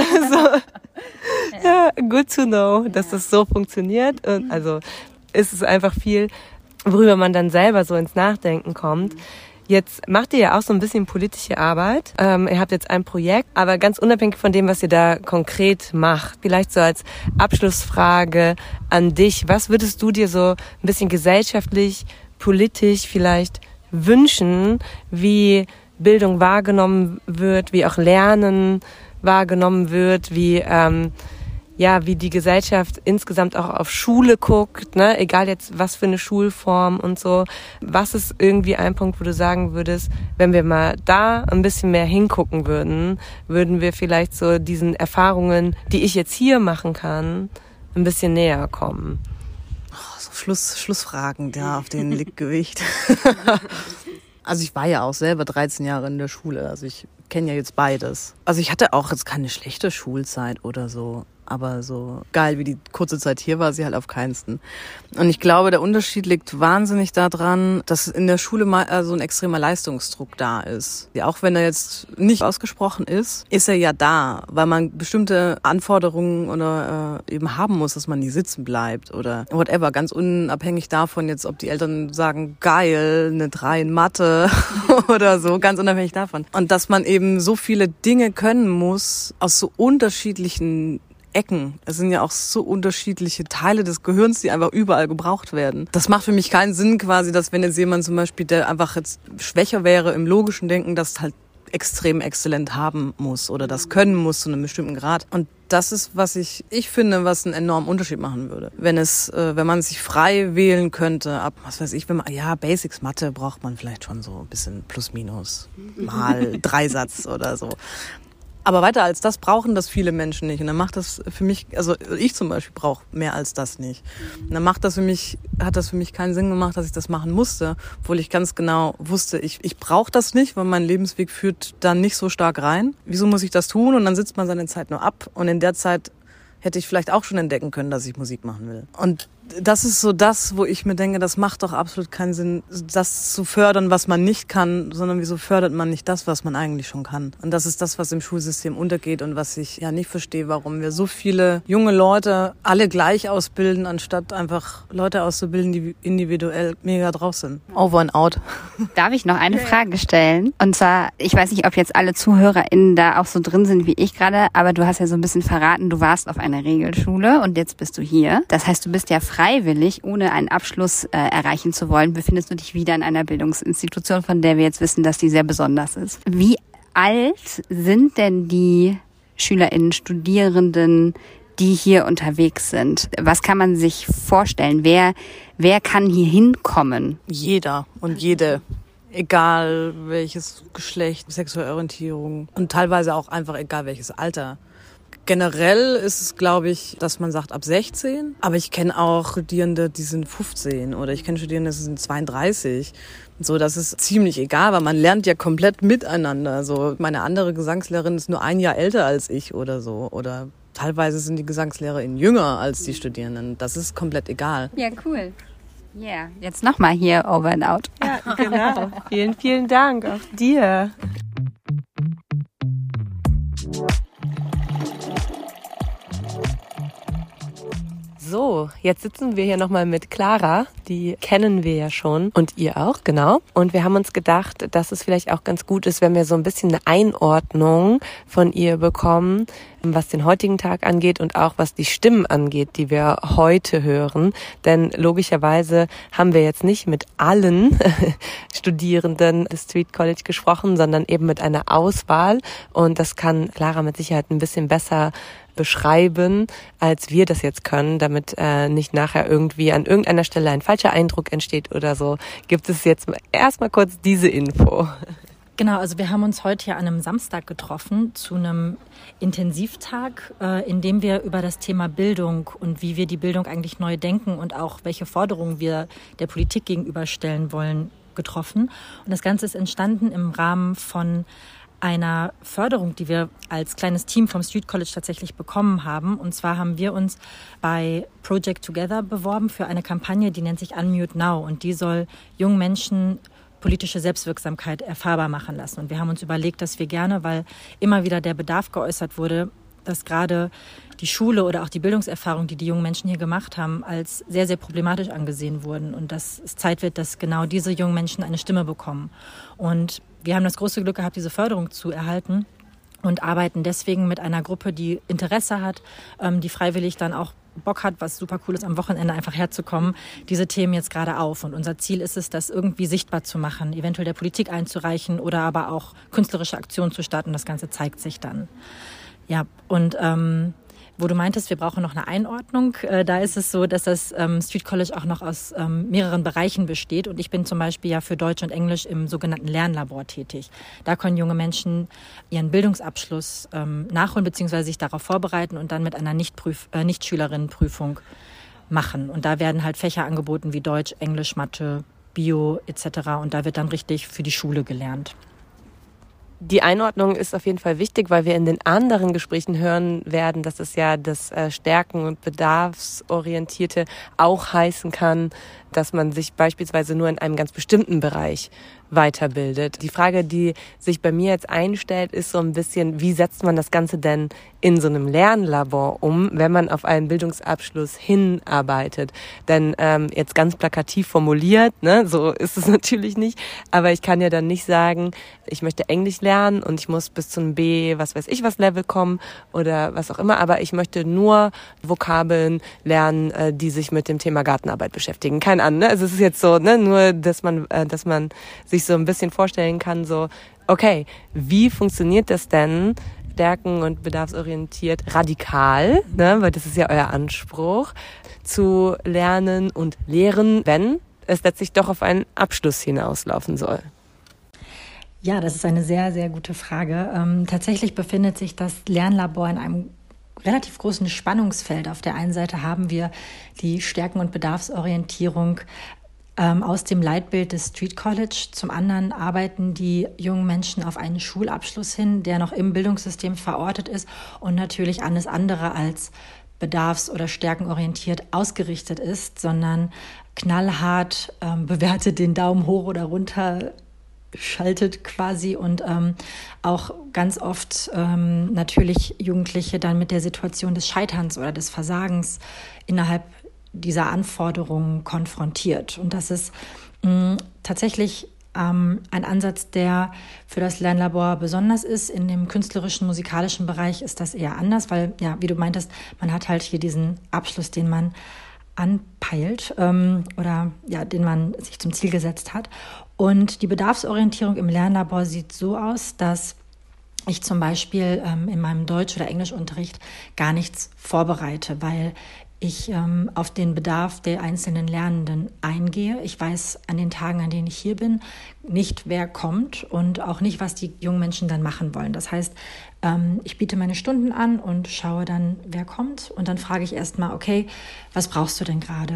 So, ja, good to know, dass das so funktioniert. Und also ist es einfach viel, worüber man dann selber so ins Nachdenken kommt. Jetzt macht ihr ja auch so ein bisschen politische Arbeit. Ihr habt jetzt ein Projekt, aber ganz unabhängig von dem, was ihr da konkret macht, vielleicht so als Abschlussfrage an dich, was würdest du dir so ein bisschen gesellschaftlich, politisch vielleicht wünschen, wie Bildung wahrgenommen wird, wie auch Lernen wahrgenommen wird, wie die Gesellschaft insgesamt auch auf Schule guckt, ne? Egal jetzt was für eine Schulform und so. Was ist irgendwie ein Punkt, wo du sagen würdest, wenn wir mal da ein bisschen mehr hingucken würden, würden wir vielleicht so diesen Erfahrungen, die ich jetzt hier machen kann, ein bisschen näher kommen? So Schlussfragen, ja, auf denen liegt Gewicht. Also ich war ja auch selber 13 Jahre in der Schule, also ich kenne ja jetzt beides. Also ich hatte auch jetzt keine schlechte Schulzeit oder so. Aber so geil wie die kurze Zeit hier war, sie halt auf keinsten. Und ich glaube, der Unterschied liegt wahnsinnig daran, dass in der Schule mal so ein extremer Leistungsdruck da ist. Ja, auch wenn er jetzt nicht ausgesprochen ist er ja da, weil man bestimmte Anforderungen oder eben haben muss, dass man nie sitzen bleibt oder whatever. Ganz unabhängig davon jetzt, ob die Eltern sagen, geil, eine 3 in Mathe oder so, ganz unabhängig davon. Und dass man eben so viele Dinge können muss aus so unterschiedlichen Ecken. Es sind ja auch so unterschiedliche Teile des Gehirns, die einfach überall gebraucht werden. Das macht für mich keinen Sinn quasi, dass wenn jetzt jemand zum Beispiel, der einfach jetzt schwächer wäre im logischen Denken, das halt extrem exzellent haben muss oder das können muss zu einem bestimmten Grad. Und das ist, was ich finde, was einen enormen Unterschied machen würde. Wenn man sich frei wählen könnte, ab, was weiß ich, Basics Mathe braucht man vielleicht schon so ein bisschen plus minus mal Dreisatz oder so. Aber weiter als das brauchen das viele Menschen nicht. Und dann macht das für mich, also ich zum Beispiel brauche mehr als das nicht. Und dann hat das für mich keinen Sinn gemacht, dass ich das machen musste, obwohl ich ganz genau wusste, ich brauche das nicht, weil mein Lebensweg führt da nicht so stark rein. Wieso muss ich das tun? Und dann sitzt man seine Zeit nur ab. Und in der Zeit hätte ich vielleicht auch schon entdecken können, dass ich Musik machen will. Und das ist so das, wo ich mir denke, das macht doch absolut keinen Sinn, das zu fördern, was man nicht kann, sondern wieso fördert man nicht das, was man eigentlich schon kann? Und das ist das, was im Schulsystem untergeht und was ich ja nicht verstehe, warum wir so viele junge Leute alle gleich ausbilden, anstatt einfach Leute auszubilden, die individuell mega drauf sind. Over and out. Darf ich noch eine Frage stellen? Und zwar, ich weiß nicht, ob jetzt alle ZuhörerInnen da auch so drin sind wie ich gerade, aber du hast ja so ein bisschen verraten, du warst auf einer Regelschule und jetzt bist du hier. Das heißt, du bist ja freiwillig, ohne einen Abschluss erreichen zu wollen, befindest du dich wieder in einer Bildungsinstitution, von der wir jetzt wissen, dass die sehr besonders ist. Wie alt sind denn die SchülerInnen, Studierenden, die hier unterwegs sind? Was kann man sich vorstellen? Wer kann hier hinkommen? Jeder und jede. Egal welches Geschlecht, sexuelle Orientierung und teilweise auch einfach egal welches Alter. Generell ist es, glaube ich, dass man sagt ab 16. Aber ich kenne auch Studierende, die sind 15 oder ich kenne Studierende, die sind 32. So, das ist ziemlich egal, weil man lernt ja komplett miteinander. So, meine andere Gesangslehrerin ist nur 1 Jahr älter als ich oder so. Oder teilweise sind die GesangslehrerInnen jünger als die Studierenden. Das ist komplett egal. Ja, cool. Ja, yeah. Jetzt nochmal hier Over and Out. Ja, genau. Vielen, vielen Dank auch dir. So, jetzt sitzen wir hier nochmal mit Clara, die kennen wir ja schon und ihr auch, genau. Und wir haben uns gedacht, dass es vielleicht auch ganz gut ist, wenn wir so ein bisschen eine Einordnung von ihr bekommen, was den heutigen Tag angeht und auch was die Stimmen angeht, die wir heute hören. Denn logischerweise haben wir jetzt nicht mit allen Studierenden des Street College gesprochen, sondern eben mit einer Auswahl. Und das kann Clara mit Sicherheit ein bisschen besser beschreiben, als wir das jetzt können, damit nicht nachher irgendwie an irgendeiner Stelle ein falscher Eindruck entsteht oder so, gibt es jetzt erstmal kurz diese Info. Genau, also wir haben uns heute ja an einem Samstag getroffen zu einem Intensivtag, in dem wir über das Thema Bildung und wie wir die Bildung eigentlich neu denken und auch welche Forderungen wir der Politik gegenüberstellen wollen, getroffen. Und das Ganze ist entstanden im Rahmen von einer Förderung, die wir als kleines Team vom Street College tatsächlich bekommen haben. Und zwar haben wir uns bei Project Together beworben für eine Kampagne, die nennt sich Unmute Now. Und die soll jungen Menschen politische Selbstwirksamkeit erfahrbar machen lassen. Und wir haben uns überlegt, dass wir gerne, weil immer wieder der Bedarf geäußert wurde, dass gerade die Schule oder auch die Bildungserfahrung, die die jungen Menschen hier gemacht haben, als sehr, sehr problematisch angesehen wurden. Und dass es Zeit wird, dass genau diese jungen Menschen eine Stimme bekommen. Und wir haben das große Glück gehabt, diese Förderung zu erhalten und arbeiten deswegen mit einer Gruppe, die Interesse hat, die freiwillig dann auch Bock hat, was super cool ist, am Wochenende einfach herzukommen, diese Themen jetzt gerade auf. Und unser Ziel ist es, das irgendwie sichtbar zu machen, eventuell der Politik einzureichen oder aber auch künstlerische Aktionen zu starten. Das Ganze zeigt sich dann. Ja, und wo du meintest, wir brauchen noch eine Einordnung, da ist es so, dass das Street College auch noch aus mehreren Bereichen besteht. Und ich bin zum Beispiel ja für Deutsch und Englisch im sogenannten Lernlabor tätig. Da können junge Menschen ihren Bildungsabschluss nachholen bzw. sich darauf vorbereiten und dann mit einer Nichtschülerinnenprüfung machen. Und da werden halt Fächer angeboten wie Deutsch, Englisch, Mathe, Bio etc. Und da wird dann richtig für die Schule gelernt. Die Einordnung ist auf jeden Fall wichtig, weil wir in den anderen Gesprächen hören werden, dass es ja das Stärken- und Bedarfsorientierte auch heißen kann, dass man sich beispielsweise nur in einem ganz bestimmten Bereich weiterbildet. Die Frage, die sich bei mir jetzt einstellt, ist so ein bisschen, wie setzt man das Ganze denn in so einem Lernlabor um, wenn man auf einen Bildungsabschluss hinarbeitet? Denn jetzt ganz plakativ formuliert, ne, so ist es natürlich nicht, aber ich kann ja dann nicht sagen, ich möchte Englisch lernen und ich muss bis zu einem B, was weiß ich was Level kommen oder was auch immer, aber ich möchte nur Vokabeln lernen, die sich mit dem Thema Gartenarbeit beschäftigen. Keine Ahnung, ne? Also es ist jetzt so, ne, nur, dass man sich so ein bisschen vorstellen kann, so, okay, wie funktioniert das denn, stärken- und bedarfsorientiert radikal, ne, weil das ist ja euer Anspruch, zu lernen und lehren, wenn es letztlich doch auf einen Abschluss hinauslaufen soll? Ja, das ist eine sehr, sehr gute Frage. Tatsächlich befindet sich das Lernlabor in einem relativ großen Spannungsfeld. Auf der einen Seite haben wir die Stärken- und Bedarfsorientierung aus dem Leitbild des Street College. Zum anderen arbeiten die jungen Menschen auf einen Schulabschluss hin, der noch im Bildungssystem verortet ist und natürlich alles andere als bedarfs- oder stärkenorientiert ausgerichtet ist, sondern knallhart bewertet den Daumen hoch oder runter schaltet quasi und auch ganz oft natürlich Jugendliche dann mit der Situation des Scheiterns oder des Versagens innerhalb dieser Anforderungen konfrontiert. Und das ist tatsächlich ein Ansatz, der für das Lernlabor besonders ist. In dem künstlerischen, musikalischen Bereich ist das eher anders, weil, ja, wie du meintest, man hat halt hier diesen Abschluss, den man anpeilt oder ja, den man sich zum Ziel gesetzt hat. Und die Bedarfsorientierung im Lernlabor sieht so aus, dass ich zum Beispiel in meinem Deutsch- oder Englischunterricht gar nichts vorbereite, weil ich auf den Bedarf der einzelnen Lernenden eingehe. Ich weiß an den Tagen, an denen ich hier bin, nicht, wer kommt und auch nicht, was die jungen Menschen dann machen wollen. Das heißt, ich biete meine Stunden an und schaue dann, wer kommt. Und dann frage ich erstmal, okay, was brauchst du denn gerade?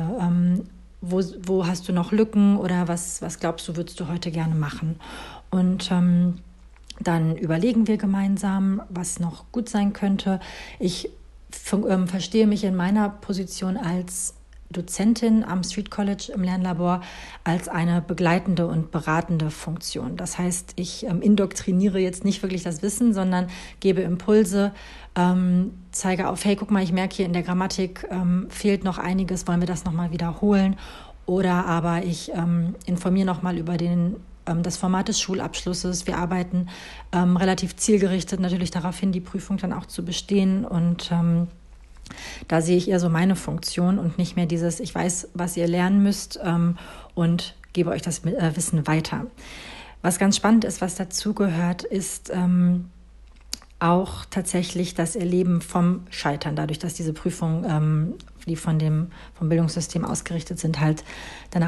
Wo hast du noch Lücken oder was glaubst du, würdest du heute gerne machen? Und dann überlegen wir gemeinsam, was noch gut sein könnte. Ich verstehe mich in meiner Position als Dozentin am Street College im Lernlabor als eine begleitende und beratende Funktion. Das heißt, ich indoktriniere jetzt nicht wirklich das Wissen, sondern gebe Impulse, zeige auf, hey, guck mal, ich merke hier in der Grammatik fehlt noch einiges, wollen wir das nochmal wiederholen? Oder aber ich informiere nochmal über das Format des Schulabschlusses. Wir arbeiten relativ zielgerichtet natürlich darauf hin, die Prüfung dann auch zu bestehen. Und da sehe ich eher so meine Funktion und nicht mehr dieses, ich weiß, was ihr lernen müsst und gebe euch das Wissen weiter. Was ganz spannend ist, was dazugehört, ist auch tatsächlich das Erleben vom Scheitern, dadurch, dass diese Prüfungen, die vom Bildungssystem ausgerichtet sind, halt danach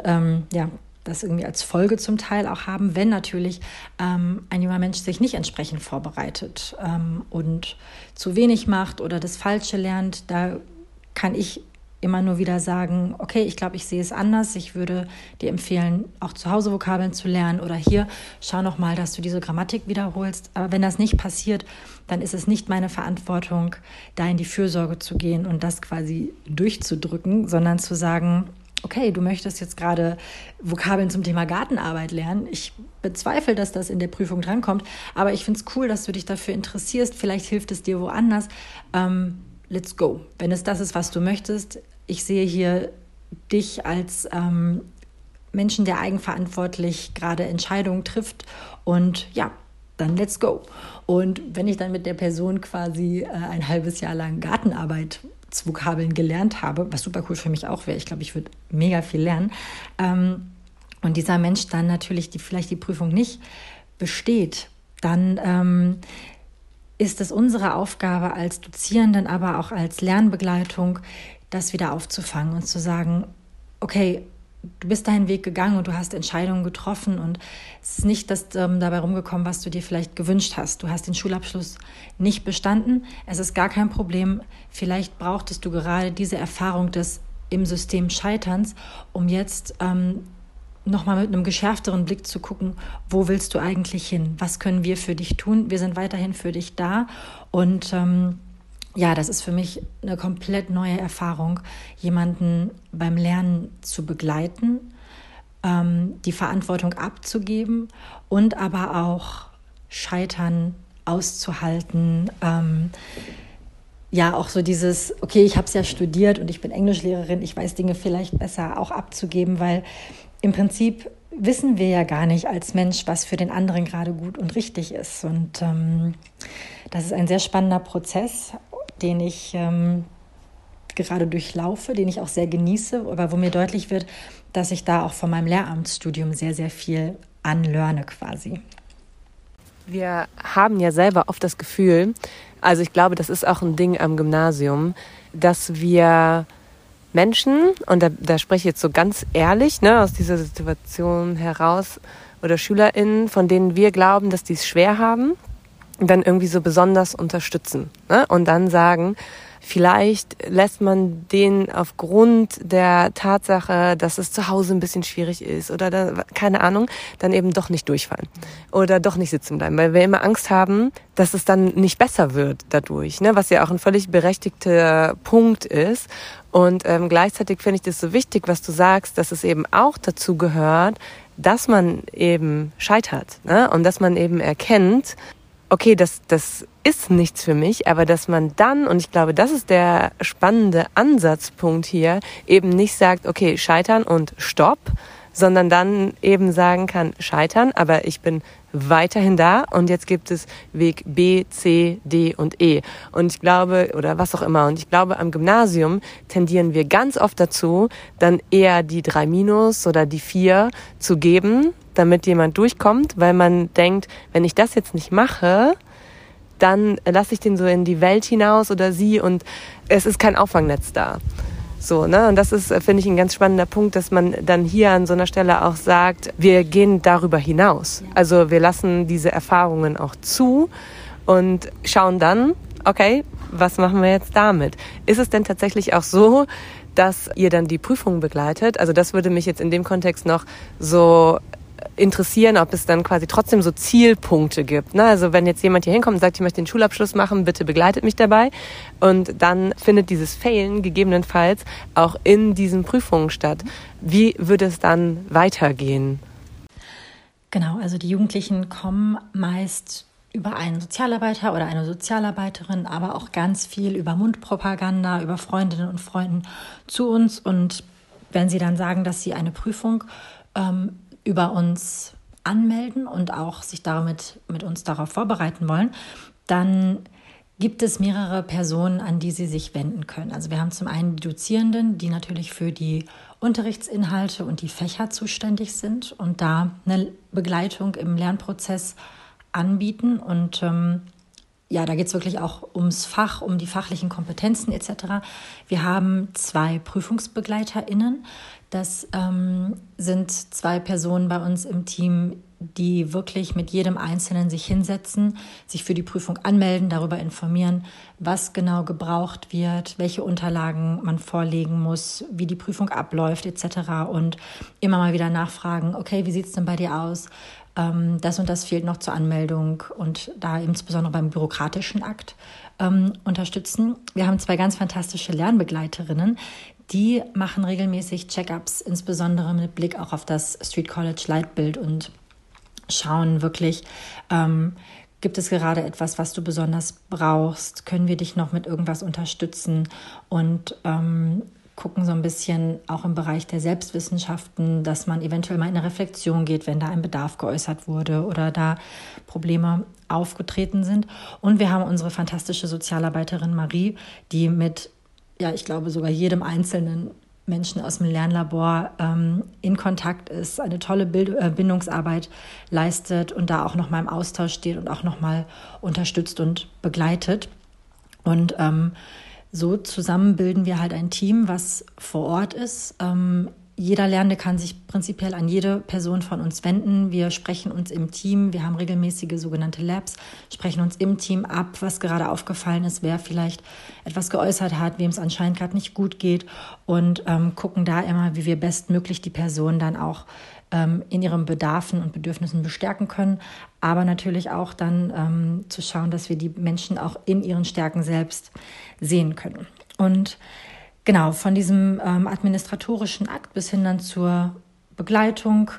das irgendwie als Folge zum Teil auch haben, wenn natürlich ein junger Mensch sich nicht entsprechend vorbereitet und zu wenig macht oder das Falsche lernt. Da kann ich immer nur wieder sagen, okay, ich glaube, ich sehe es anders. Ich würde dir empfehlen, auch zu Hause Vokabeln zu lernen oder hier, schau noch mal, dass du diese Grammatik wiederholst. Aber wenn das nicht passiert, dann ist es nicht meine Verantwortung, da in die Fürsorge zu gehen und das quasi durchzudrücken, sondern zu sagen, okay, du möchtest jetzt gerade Vokabeln zum Thema Gartenarbeit lernen. Ich bezweifle, dass das in der Prüfung drankommt, aber ich finde es cool, dass du dich dafür interessierst. Vielleicht hilft es dir woanders. Let's go. Wenn es das ist, was du möchtest. Ich sehe hier dich als Menschen, der eigenverantwortlich gerade Entscheidungen trifft und ja, dann let's go. Und wenn ich dann mit der Person quasi ein halbes Jahr lang Gartenarbeitsvokabeln gelernt habe, was super cool für mich auch wäre, ich glaube, ich würde mega viel lernen, und dieser Mensch dann natürlich vielleicht die Prüfung nicht besteht, dann ist es unsere Aufgabe als Dozierenden, aber auch als Lernbegleitung, das wieder aufzufangen und zu sagen, okay, du bist deinen Weg gegangen und du hast Entscheidungen getroffen und es ist nicht das dabei rumgekommen, was du dir vielleicht gewünscht hast. Du hast den Schulabschluss nicht bestanden, es ist gar kein Problem. Vielleicht brauchtest du gerade diese Erfahrung des im System Scheiterns, um jetzt nochmal mit einem geschärfteren Blick zu gucken, wo willst du eigentlich hin? Was können wir für dich tun? Wir sind weiterhin für dich da. Und das ist für mich eine komplett neue Erfahrung, jemanden beim Lernen zu begleiten, die Verantwortung abzugeben und aber auch Scheitern auszuhalten. Auch so dieses, okay, ich habe es ja studiert und ich bin Englischlehrerin, ich weiß Dinge vielleicht besser auch abzugeben, weil im Prinzip wissen wir ja gar nicht als Mensch, was für den anderen gerade gut und richtig ist. Und das ist ein sehr spannender Prozess, den ich gerade durchlaufe, den ich auch sehr genieße, aber wo mir deutlich wird, dass ich da auch von meinem Lehramtsstudium sehr, sehr viel anlerne quasi. Wir haben ja selber oft das Gefühl, also ich glaube, das ist auch ein Ding am Gymnasium, dass wir Menschen, und da spreche ich jetzt so ganz ehrlich, aus dieser Situation heraus, oder SchülerInnen, von denen wir glauben, dass die es schwer haben, dann irgendwie so besonders unterstützen, und dann sagen, vielleicht lässt man den aufgrund der Tatsache, dass es zu Hause ein bisschen schwierig ist oder keine Ahnung, dann eben doch nicht durchfallen oder doch nicht sitzen bleiben, weil wir immer Angst haben, dass es dann nicht besser wird dadurch, was ja auch ein völlig berechtigter Punkt ist. Und gleichzeitig finde ich das so wichtig, was du sagst, dass es eben auch dazu gehört, dass man eben scheitert, und dass man eben erkennt, okay, das ist nichts für mich, aber dass man dann, und ich glaube, das ist der spannende Ansatzpunkt hier, eben nicht sagt, okay, scheitern und stopp, sondern dann eben sagen kann, scheitern, aber ich bin weiterhin da und jetzt gibt es Weg B, C, D und E. Und ich glaube, oder was auch immer, und ich glaube, am Gymnasium tendieren wir ganz oft dazu, dann eher die 3- oder die 4 zu geben, damit jemand durchkommt, weil man denkt, wenn ich das jetzt nicht mache, dann lasse ich den so in die Welt hinaus oder sie und es ist kein Auffangnetz da. So, ne? Und das ist, finde ich, ein ganz spannender Punkt, dass man dann hier an so einer Stelle auch sagt, wir gehen darüber hinaus. Also wir lassen diese Erfahrungen auch zu und schauen dann, okay, was machen wir jetzt damit? Ist es denn tatsächlich auch so, dass ihr dann die Prüfung begleitet? Also das würde mich jetzt in dem Kontext noch so interessieren, ob es dann quasi trotzdem so Zielpunkte gibt. Ne? Also wenn jetzt jemand hier hinkommt und sagt, ich möchte den Schulabschluss machen, bitte begleitet mich dabei. Und dann findet dieses Failen gegebenenfalls auch in diesen Prüfungen statt. Wie würde es dann weitergehen? Genau, also die Jugendlichen kommen meist über einen Sozialarbeiter oder eine Sozialarbeiterin, aber auch ganz viel über Mundpropaganda, über Freundinnen und Freunden zu uns. Und wenn sie dann sagen, dass sie eine Prüfung über uns anmelden und auch sich damit mit uns darauf vorbereiten wollen, dann gibt es mehrere Personen, an die sie sich wenden können. Also wir haben zum einen die Dozierenden, die natürlich für die Unterrichtsinhalte und die Fächer zuständig sind und da eine Begleitung im Lernprozess anbieten. Und da geht es wirklich auch ums Fach, um die fachlichen Kompetenzen etc. Wir haben 2 PrüfungsbegleiterInnen. Das sind 2 Personen bei uns im Team, die wirklich mit jedem Einzelnen sich hinsetzen, sich für die Prüfung anmelden, darüber informieren, was genau gebraucht wird, welche Unterlagen man vorlegen muss, wie die Prüfung abläuft etc. Und immer mal wieder nachfragen, okay, wie sieht es denn bei dir aus? Das und das fehlt noch zur Anmeldung und da insbesondere beim bürokratischen Akt unterstützen. Wir haben 2 ganz fantastische Lernbegleiterinnen, die machen regelmäßig Check-ups, insbesondere mit Blick auch auf das Street College Leitbild und schauen wirklich, gibt es gerade etwas, was du besonders brauchst? Können wir dich noch mit irgendwas unterstützen? Und gucken so ein bisschen auch im Bereich der Selbstwissenschaften, dass man eventuell mal in eine Reflexion geht, wenn da ein Bedarf geäußert wurde oder da Probleme aufgetreten sind. Und wir haben unsere fantastische Sozialarbeiterin Marie, die mit, ich glaube sogar jedem einzelnen Menschen aus dem Lernlabor in Kontakt ist, eine tolle Bindungsarbeit leistet und da auch nochmal im Austausch steht und auch nochmal unterstützt und begleitet. Und so zusammen bilden wir halt ein Team, was vor Ort ist. Jeder Lernende kann sich prinzipiell an jede Person von uns wenden. Wir sprechen uns im Team. Wir haben regelmäßige sogenannte Labs, sprechen uns im Team ab, was gerade aufgefallen ist, wer vielleicht etwas geäußert hat, wem es anscheinend gerade nicht gut geht und gucken da immer, wie wir bestmöglich die Person dann auch in ihren Bedarfen und Bedürfnissen bestärken können, aber natürlich auch dann zu schauen, dass wir die Menschen auch in ihren Stärken selbst sehen können. Und genau, von diesem administratorischen Akt bis hin dann zur Begleitung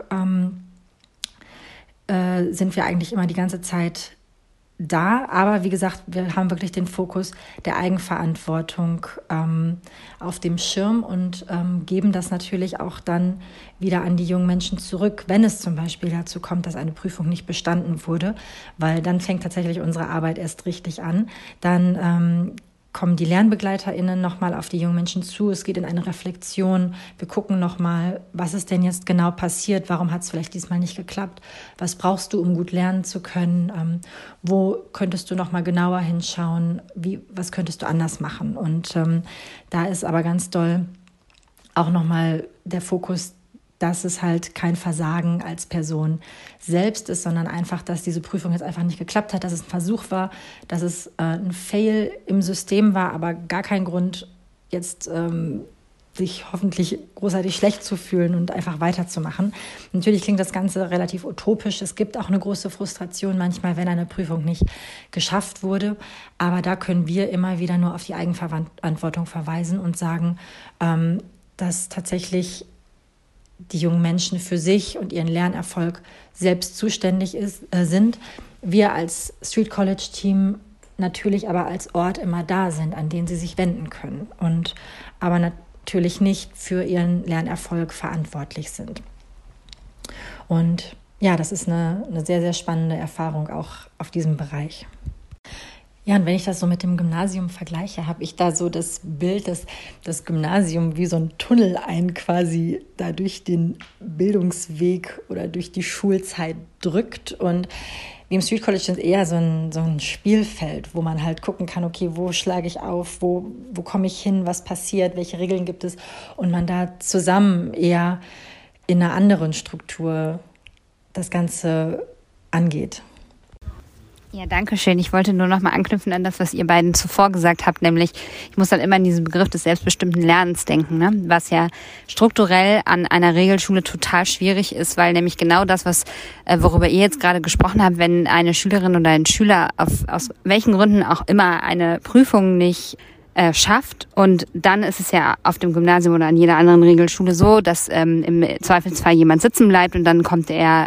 sind wir eigentlich immer die ganze Zeit da. Aber wie gesagt, wir haben wirklich den Fokus der Eigenverantwortung auf dem Schirm und geben das natürlich auch dann wieder an die jungen Menschen zurück, wenn es zum Beispiel dazu kommt, dass eine Prüfung nicht bestanden wurde, weil dann fängt tatsächlich unsere Arbeit erst richtig an. Dann kommen die LernbegleiterInnen nochmal auf die jungen Menschen zu. Es geht in eine Reflexion. Wir gucken nochmal, was ist denn jetzt genau passiert? Warum hat es vielleicht diesmal nicht geklappt? Was brauchst du, um gut lernen zu können? Wo könntest du nochmal genauer hinschauen? Was könntest du anders machen? Und da ist aber ganz doll auch nochmal der Fokus, dass es halt kein Versagen als Person selbst ist, sondern einfach, dass diese Prüfung jetzt einfach nicht geklappt hat, dass es ein Versuch war, dass es ein Fail im System war, aber gar kein Grund, jetzt sich hoffentlich großartig schlecht zu fühlen und einfach weiterzumachen. Natürlich klingt das Ganze relativ utopisch. Es gibt auch eine große Frustration manchmal, wenn eine Prüfung nicht geschafft wurde. Aber da können wir immer wieder nur auf die Eigenverantwortung verweisen und sagen, dass tatsächlich die jungen Menschen für sich und ihren Lernerfolg selbst zuständig sind. Wir als Street College Team natürlich aber als Ort immer da sind, an den sie sich wenden können und aber natürlich nicht für ihren Lernerfolg verantwortlich sind. Und ja, das ist eine sehr, sehr spannende Erfahrung auch auf diesem Bereich. Ja, und wenn ich das so mit dem Gymnasium vergleiche, habe ich da so das Bild, dass das Gymnasium wie so ein Tunnel einen quasi da durch den Bildungsweg oder durch die Schulzeit drückt. Und wie im Street College ist eher so ein Spielfeld, wo man halt gucken kann, okay, wo schlage ich auf, wo komme ich hin, was passiert, welche Regeln gibt es, und man da zusammen eher in einer anderen Struktur das Ganze angeht. Ja, danke schön. Ich wollte nur noch mal anknüpfen an das, was ihr beiden zuvor gesagt habt, nämlich ich muss dann immer an diesen Begriff des selbstbestimmten Lernens denken, ne? Was ja strukturell an einer Regelschule total schwierig ist, weil nämlich genau das, worüber ihr jetzt gerade gesprochen habt, wenn eine Schülerin oder ein Schüler aus welchen Gründen auch immer eine Prüfung nicht schafft, und dann ist es ja auf dem Gymnasium oder an jeder anderen Regelschule so, dass im Zweifelsfall jemand sitzen bleibt und dann kommt er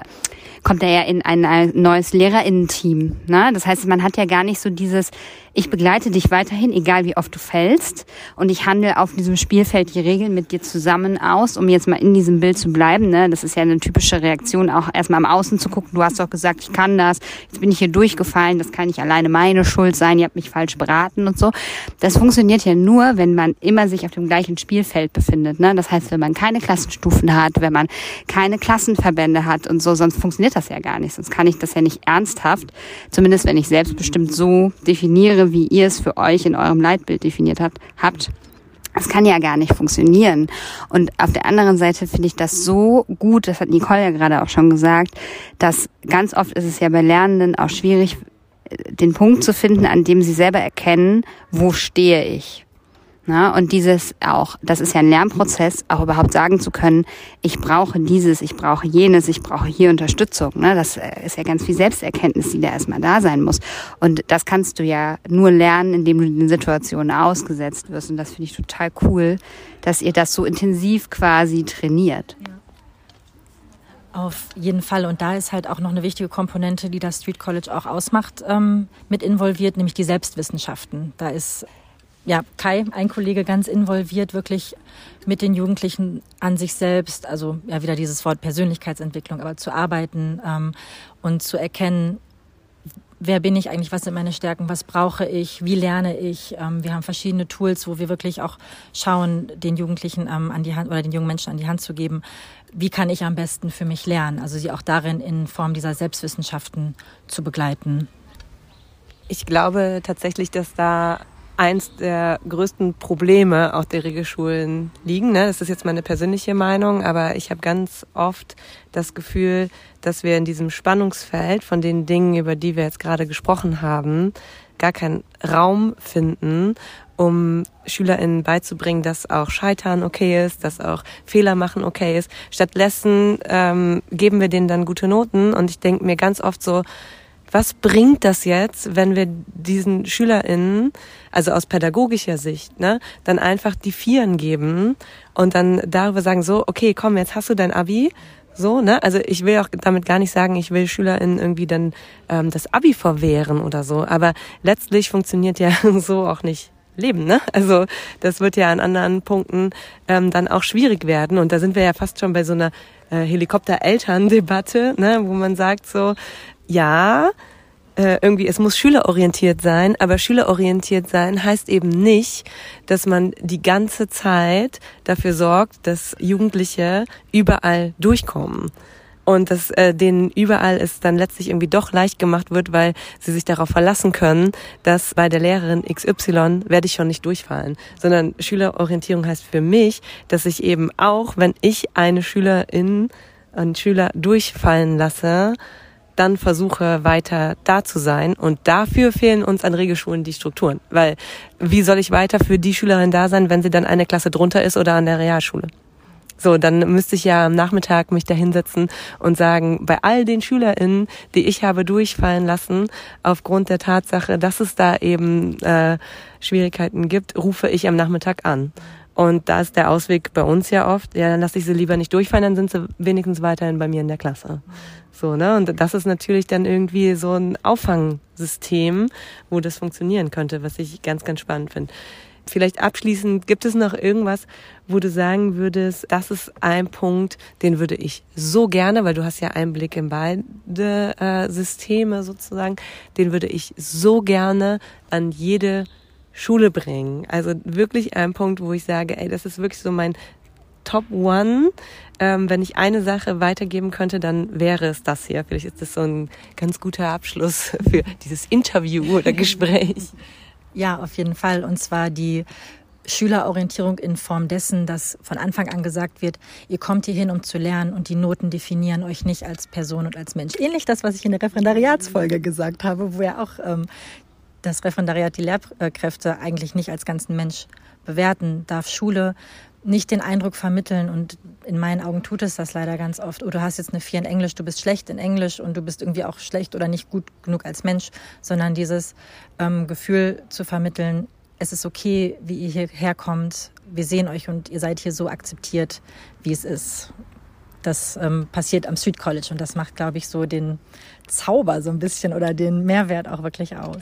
in ein neues LehrerInnen-Team. Ne? Das heißt, man hat ja gar nicht so dieses, ich begleite dich weiterhin, egal wie oft du fällst, und ich handle auf diesem Spielfeld die Regeln mit dir zusammen aus, um jetzt mal in diesem Bild zu bleiben. Ne? Das ist ja eine typische Reaktion, auch erstmal am Außen zu gucken. Du hast doch gesagt, ich kann das, jetzt bin ich hier durchgefallen, das kann nicht alleine meine Schuld sein, ihr habt mich falsch beraten und so. Das funktioniert ja nur, wenn man immer sich auf dem gleichen Spielfeld befindet. Ne? Das heißt, wenn man keine Klassenstufen hat, wenn man keine Klassenverbände hat und so, sonst funktioniert das ja gar nicht. Sonst kann ich das ja nicht ernsthaft, zumindest wenn ich selbstbestimmt so definiere, wie ihr es für euch in eurem Leitbild definiert habt. Das kann ja gar nicht funktionieren. Und auf der anderen Seite finde ich das so gut, das hat Nicole ja gerade auch schon gesagt, dass ganz oft ist es ja bei Lernenden auch schwierig, den Punkt zu finden, an dem sie selber erkennen, wo stehe ich. Na, und das ist ja ein Lernprozess, auch überhaupt sagen zu können, ich brauche dieses, ich brauche jenes, ich brauche hier Unterstützung. Ne? Das ist ja ganz viel Selbsterkenntnis, die da erstmal da sein muss. Und das kannst du ja nur lernen, indem du den Situationen ausgesetzt wirst. Und das finde ich total cool, dass ihr das so intensiv quasi trainiert. Ja. Auf jeden Fall. Und da ist halt auch noch eine wichtige Komponente, die das Street College auch ausmacht, mit involviert, nämlich die Selbstwissenschaften. Da ist Kai, ein Kollege, ganz involviert, wirklich mit den Jugendlichen an sich selbst, also ja wieder dieses Wort Persönlichkeitsentwicklung, aber zu arbeiten und zu erkennen, wer bin ich eigentlich, was sind meine Stärken, was brauche ich, wie lerne ich. Wir haben verschiedene Tools, wo wir wirklich auch schauen, den Jugendlichen an die Hand oder den jungen Menschen an die Hand zu geben, wie kann ich am besten für mich lernen, also sie auch darin in Form dieser Selbstwissenschaften zu begleiten. Ich glaube tatsächlich, dass da eins der größten Probleme auch der Regelschulen liegen. Das ist jetzt meine persönliche Meinung, aber ich habe ganz oft das Gefühl, dass wir in diesem Spannungsfeld von den Dingen, über die wir jetzt gerade gesprochen haben, gar keinen Raum finden, um SchülerInnen beizubringen, dass auch Scheitern okay ist, dass auch Fehler machen okay ist. Stattdessen geben wir denen dann gute Noten, und ich denke mir ganz oft so, was bringt das jetzt, wenn wir diesen SchülerInnen, also aus pädagogischer Sicht, dann einfach die Vieren geben und dann darüber sagen, so, okay, komm, jetzt hast du dein Abi, so, Also ich will auch damit gar nicht sagen, ich will SchülerInnen irgendwie dann das Abi verwehren oder so, aber letztlich funktioniert ja so auch nicht Leben, Also das wird ja an anderen Punkten dann auch schwierig werden, und da sind wir ja fast schon bei so einer Helikopter-Eltern-Debatte, wo man sagt so, ja, irgendwie, es muss schülerorientiert sein, aber schülerorientiert sein heißt eben nicht, dass man die ganze Zeit dafür sorgt, dass Jugendliche überall durchkommen. Und dass denen überall es dann letztlich irgendwie doch leicht gemacht wird, weil sie sich darauf verlassen können, dass bei der Lehrerin XY werde ich schon nicht durchfallen. Sondern Schülerorientierung heißt für mich, dass ich eben auch, wenn ich eine Schülerin, einen Schüler durchfallen lasse, dann versuche weiter da zu sein, und dafür fehlen uns an Regelschulen die Strukturen, weil wie soll ich weiter für die Schülerin da sein, wenn sie dann eine Klasse drunter ist oder an der Realschule? So, dann müsste ich ja am Nachmittag mich da hinsetzen und sagen, bei all den SchülerInnen, die ich habe durchfallen lassen, aufgrund der Tatsache, dass es da eben Schwierigkeiten gibt, rufe ich am Nachmittag an. Und da ist der Ausweg bei uns ja oft, ja, dann lasse ich sie lieber nicht durchfallen, dann sind sie wenigstens weiterhin bei mir in der Klasse. So, und das ist natürlich dann irgendwie so ein Auffangsystem, wo das funktionieren könnte, was ich ganz, ganz spannend finde. vielleicht abschließend, gibt es noch irgendwas, wo du sagen würdest, das ist ein Punkt, den würde ich so gerne, weil du hast ja Einblick in beide Systeme sozusagen, den würde ich so gerne an jede Schule bringen. Also wirklich ein Punkt, wo ich sage, ey, das ist wirklich so mein Top One. Wenn ich eine Sache weitergeben könnte, dann wäre es das hier. Vielleicht ist das so ein ganz guter Abschluss für dieses Interview oder Gespräch. Ja, auf jeden Fall. Und zwar die Schülerorientierung in Form dessen, dass von Anfang an gesagt wird, ihr kommt hier hin, um zu lernen und die Noten definieren euch nicht als Person und als Mensch. Ähnlich das, was ich in der Referendariatsfolge gesagt habe, wo ja auch das Referendariat die Lehrkräfte eigentlich nicht als ganzen Mensch bewerten darf. Schule nicht den Eindruck vermitteln, und in meinen Augen tut es das leider ganz oft, oh, du hast jetzt eine 4 in Englisch, du bist schlecht in Englisch und du bist irgendwie auch schlecht oder nicht gut genug als Mensch, sondern dieses Gefühl zu vermitteln, es ist okay, wie ihr hierher kommt, wir sehen euch und ihr seid hier so akzeptiert, wie es ist. Das passiert am Street College und das macht, glaube ich, so den Zauber so ein bisschen oder den Mehrwert auch wirklich aus.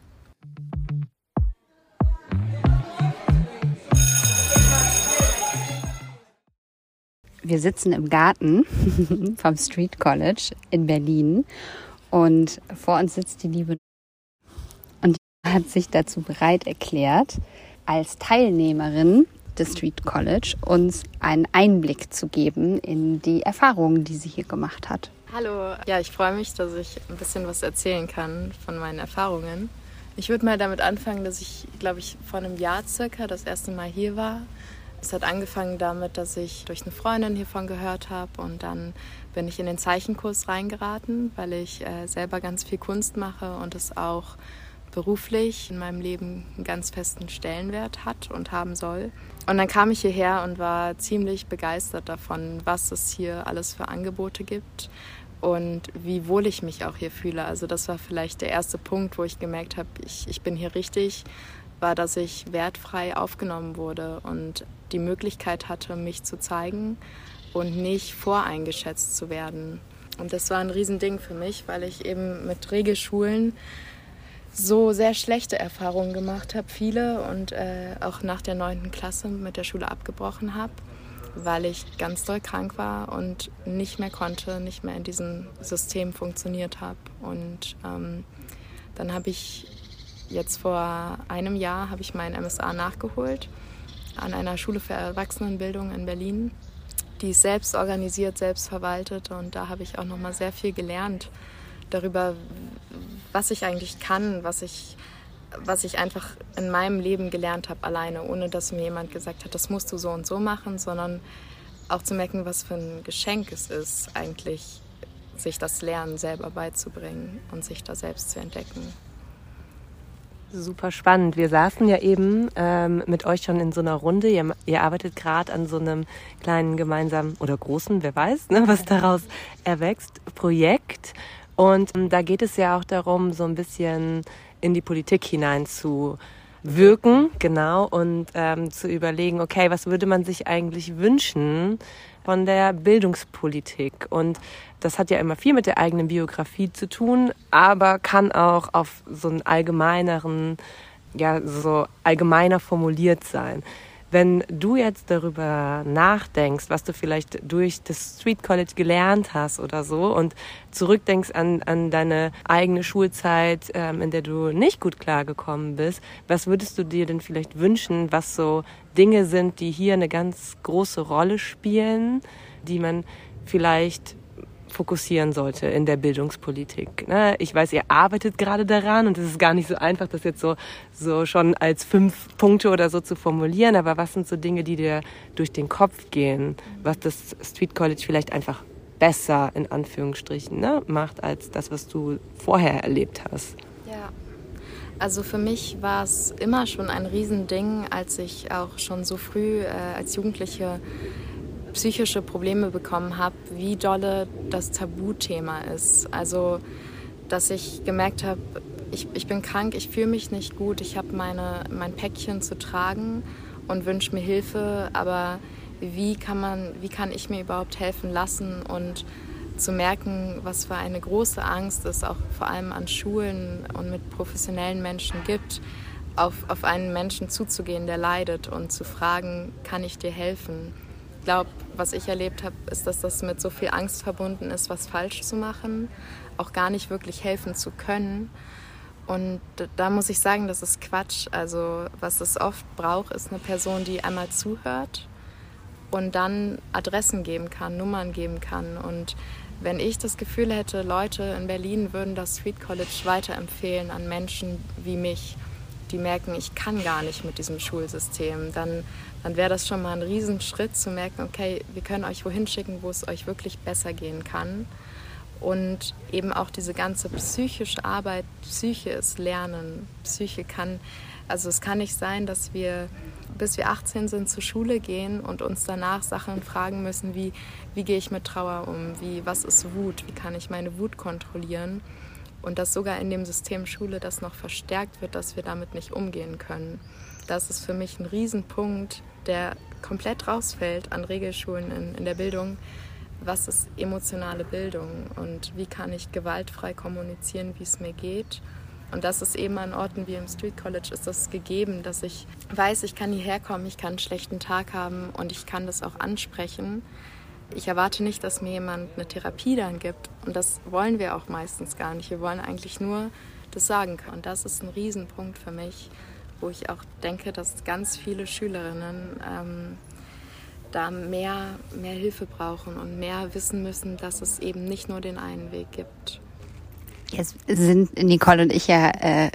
Wir sitzen im Garten vom Street College in Berlin und vor uns sitzt die liebe und die hat sich dazu bereit erklärt, als Teilnehmerin des Street College uns einen Einblick zu geben in die Erfahrungen, die sie hier gemacht hat. Hallo, ja, ich freue mich, dass ich ein bisschen was erzählen kann von meinen Erfahrungen. Ich würde mal damit anfangen, dass ich, glaube ich, vor einem Jahr circa das erste Mal hier war. Es hat angefangen damit, dass ich durch eine Freundin hiervon gehört habe und dann bin ich in den Zeichenkurs reingeraten, weil ich selber ganz viel Kunst mache und es auch beruflich in meinem Leben einen ganz festen Stellenwert hat und haben soll. Und dann kam ich hierher und war ziemlich begeistert davon, was es hier alles für Angebote gibt und wie wohl ich mich auch hier fühle. Also das war vielleicht der erste Punkt, wo ich gemerkt habe, ich bin hier richtig, war, dass ich wertfrei aufgenommen wurde und die Möglichkeit hatte, mich zu zeigen und nicht voreingeschätzt zu werden. Und das war ein Riesending für mich, weil ich eben mit Regelschulen so sehr schlechte Erfahrungen gemacht habe, viele, und auch nach der 9. Klasse mit der Schule abgebrochen habe, weil ich ganz doll krank war und nicht mehr konnte, nicht mehr in diesem System funktioniert habe. Und dann habe ich jetzt vor einem Jahr habe ich meinen MSA nachgeholt an einer Schule für Erwachsenenbildung in Berlin. Die ist selbst organisiert, selbst verwaltet, und da habe ich auch noch mal sehr viel gelernt darüber, was ich eigentlich kann, was ich einfach in meinem Leben gelernt habe alleine, ohne dass mir jemand gesagt hat, das musst du so und so machen, sondern auch zu merken, was für ein Geschenk es ist, eigentlich sich das Lernen selber beizubringen und sich da selbst zu entdecken. Super spannend. Wir saßen ja eben mit euch schon in so einer Runde. Ihr arbeitet gerade an so einem kleinen gemeinsamen oder großen, wer weiß, ne, was daraus erwächst, Projekt. Und da geht es ja auch darum, so ein bisschen in die Politik hinein zu wirken, genau, und zu überlegen, okay, was würde man sich eigentlich wünschen von der Bildungspolitik? Und das hat ja immer viel mit der eigenen Biografie zu tun, aber kann auch auf so einen allgemeineren, ja, so allgemeiner formuliert sein. Wenn du jetzt darüber nachdenkst, was du vielleicht durch das Street College gelernt hast oder so und zurückdenkst an deine eigene Schulzeit, in der du nicht gut klargekommen bist, was würdest du dir denn vielleicht wünschen, was so Dinge sind, die hier eine ganz große Rolle spielen, die man vielleicht fokussieren sollte in der Bildungspolitik. Ich weiß, ihr arbeitet gerade daran und es ist gar nicht so einfach, das jetzt so schon als 5 Punkte oder so zu formulieren, aber was sind so Dinge, die dir durch den Kopf gehen, was das Street College vielleicht einfach besser, in Anführungsstrichen, macht, als das, was du vorher erlebt hast? Ja, also für mich war es immer schon ein Riesending, als ich auch schon so früh als Jugendliche psychische Probleme bekommen habe, wie dolle das Tabuthema ist. Also, dass ich gemerkt habe, ich bin krank, ich fühle mich nicht gut, ich habe mein Päckchen zu tragen und wünsche mir Hilfe, aber wie kann ich mir überhaupt helfen lassen, und zu merken, was für eine große Angst es auch vor allem an Schulen und mit professionellen Menschen gibt, auf einen Menschen zuzugehen, der leidet und zu fragen, kann ich dir helfen? Ich glaube, was ich erlebt habe, ist, dass das mit so viel Angst verbunden ist, was falsch zu machen, auch gar nicht wirklich helfen zu können. Und da muss ich sagen, das ist Quatsch. Also was es oft braucht, ist eine Person, die einmal zuhört und dann Adressen geben kann, Nummern geben kann. Und wenn ich das Gefühl hätte, Leute in Berlin würden das Street College weiterempfehlen an Menschen wie mich, die merken, ich kann gar nicht mit diesem Schulsystem, dann wäre das schon mal ein Riesenschritt zu merken, okay, wir können euch wohin schicken, wo es euch wirklich besser gehen kann. Und eben auch diese ganze psychische Arbeit, Psyche ist Lernen. Psyche kann, also es kann nicht sein, dass wir, bis wir 18 sind, zur Schule gehen und uns danach Sachen fragen müssen, wie gehe ich mit Trauer um, was ist Wut, wie kann ich meine Wut kontrollieren. Und dass sogar in dem System Schule das noch verstärkt wird, dass wir damit nicht umgehen können. Das ist für mich ein Riesenpunkt, der komplett rausfällt an Regelschulen in der Bildung. Was ist emotionale Bildung und wie kann ich gewaltfrei kommunizieren, wie es mir geht. Und das ist eben an Orten wie im Street College ist das gegeben, dass ich weiß, ich kann hierher kommen, ich kann einen schlechten Tag haben und ich kann das auch ansprechen. Ich erwarte nicht, dass mir jemand eine Therapie dann gibt und das wollen wir auch meistens gar nicht. Wir wollen eigentlich nur das sagen können. Und das ist ein Riesenpunkt für mich, wo ich auch denke, dass ganz viele Schülerinnen da mehr Hilfe brauchen und mehr wissen müssen, dass es eben nicht nur den einen Weg gibt. Jetzt sind Nicole und ich ja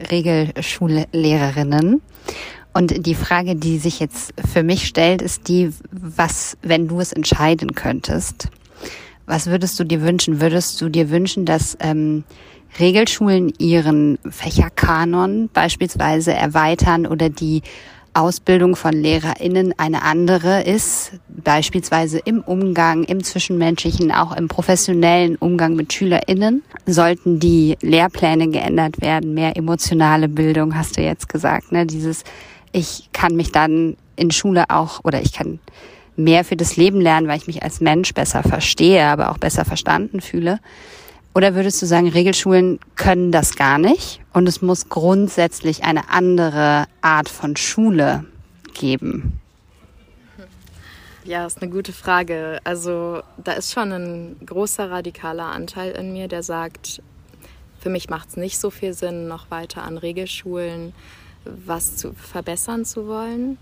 Regelschullehrerinnen. Und die Frage, die sich jetzt für mich stellt, ist die, was, wenn du es entscheiden könntest, was würdest du dir wünschen? Würdest du dir wünschen, dass Regelschulen ihren Fächerkanon beispielsweise erweitern oder die Ausbildung von LehrerInnen eine andere ist, beispielsweise im Umgang, im Zwischenmenschlichen, auch im professionellen Umgang mit SchülerInnen? Sollten die Lehrpläne geändert werden, mehr emotionale Bildung, hast du jetzt gesagt, ne? Ich kann mich dann in Schule auch, oder ich kann mehr für das Leben lernen, weil ich mich als Mensch besser verstehe, aber auch besser verstanden fühle. Oder würdest du sagen, Regelschulen können das gar nicht und es muss grundsätzlich eine andere Art von Schule geben? Ja, ist eine gute Frage. Also da ist schon ein großer radikaler Anteil in mir, der sagt, für mich macht es nicht so viel Sinn, noch weiter an Regelschulen was zu verbessern zu wollen.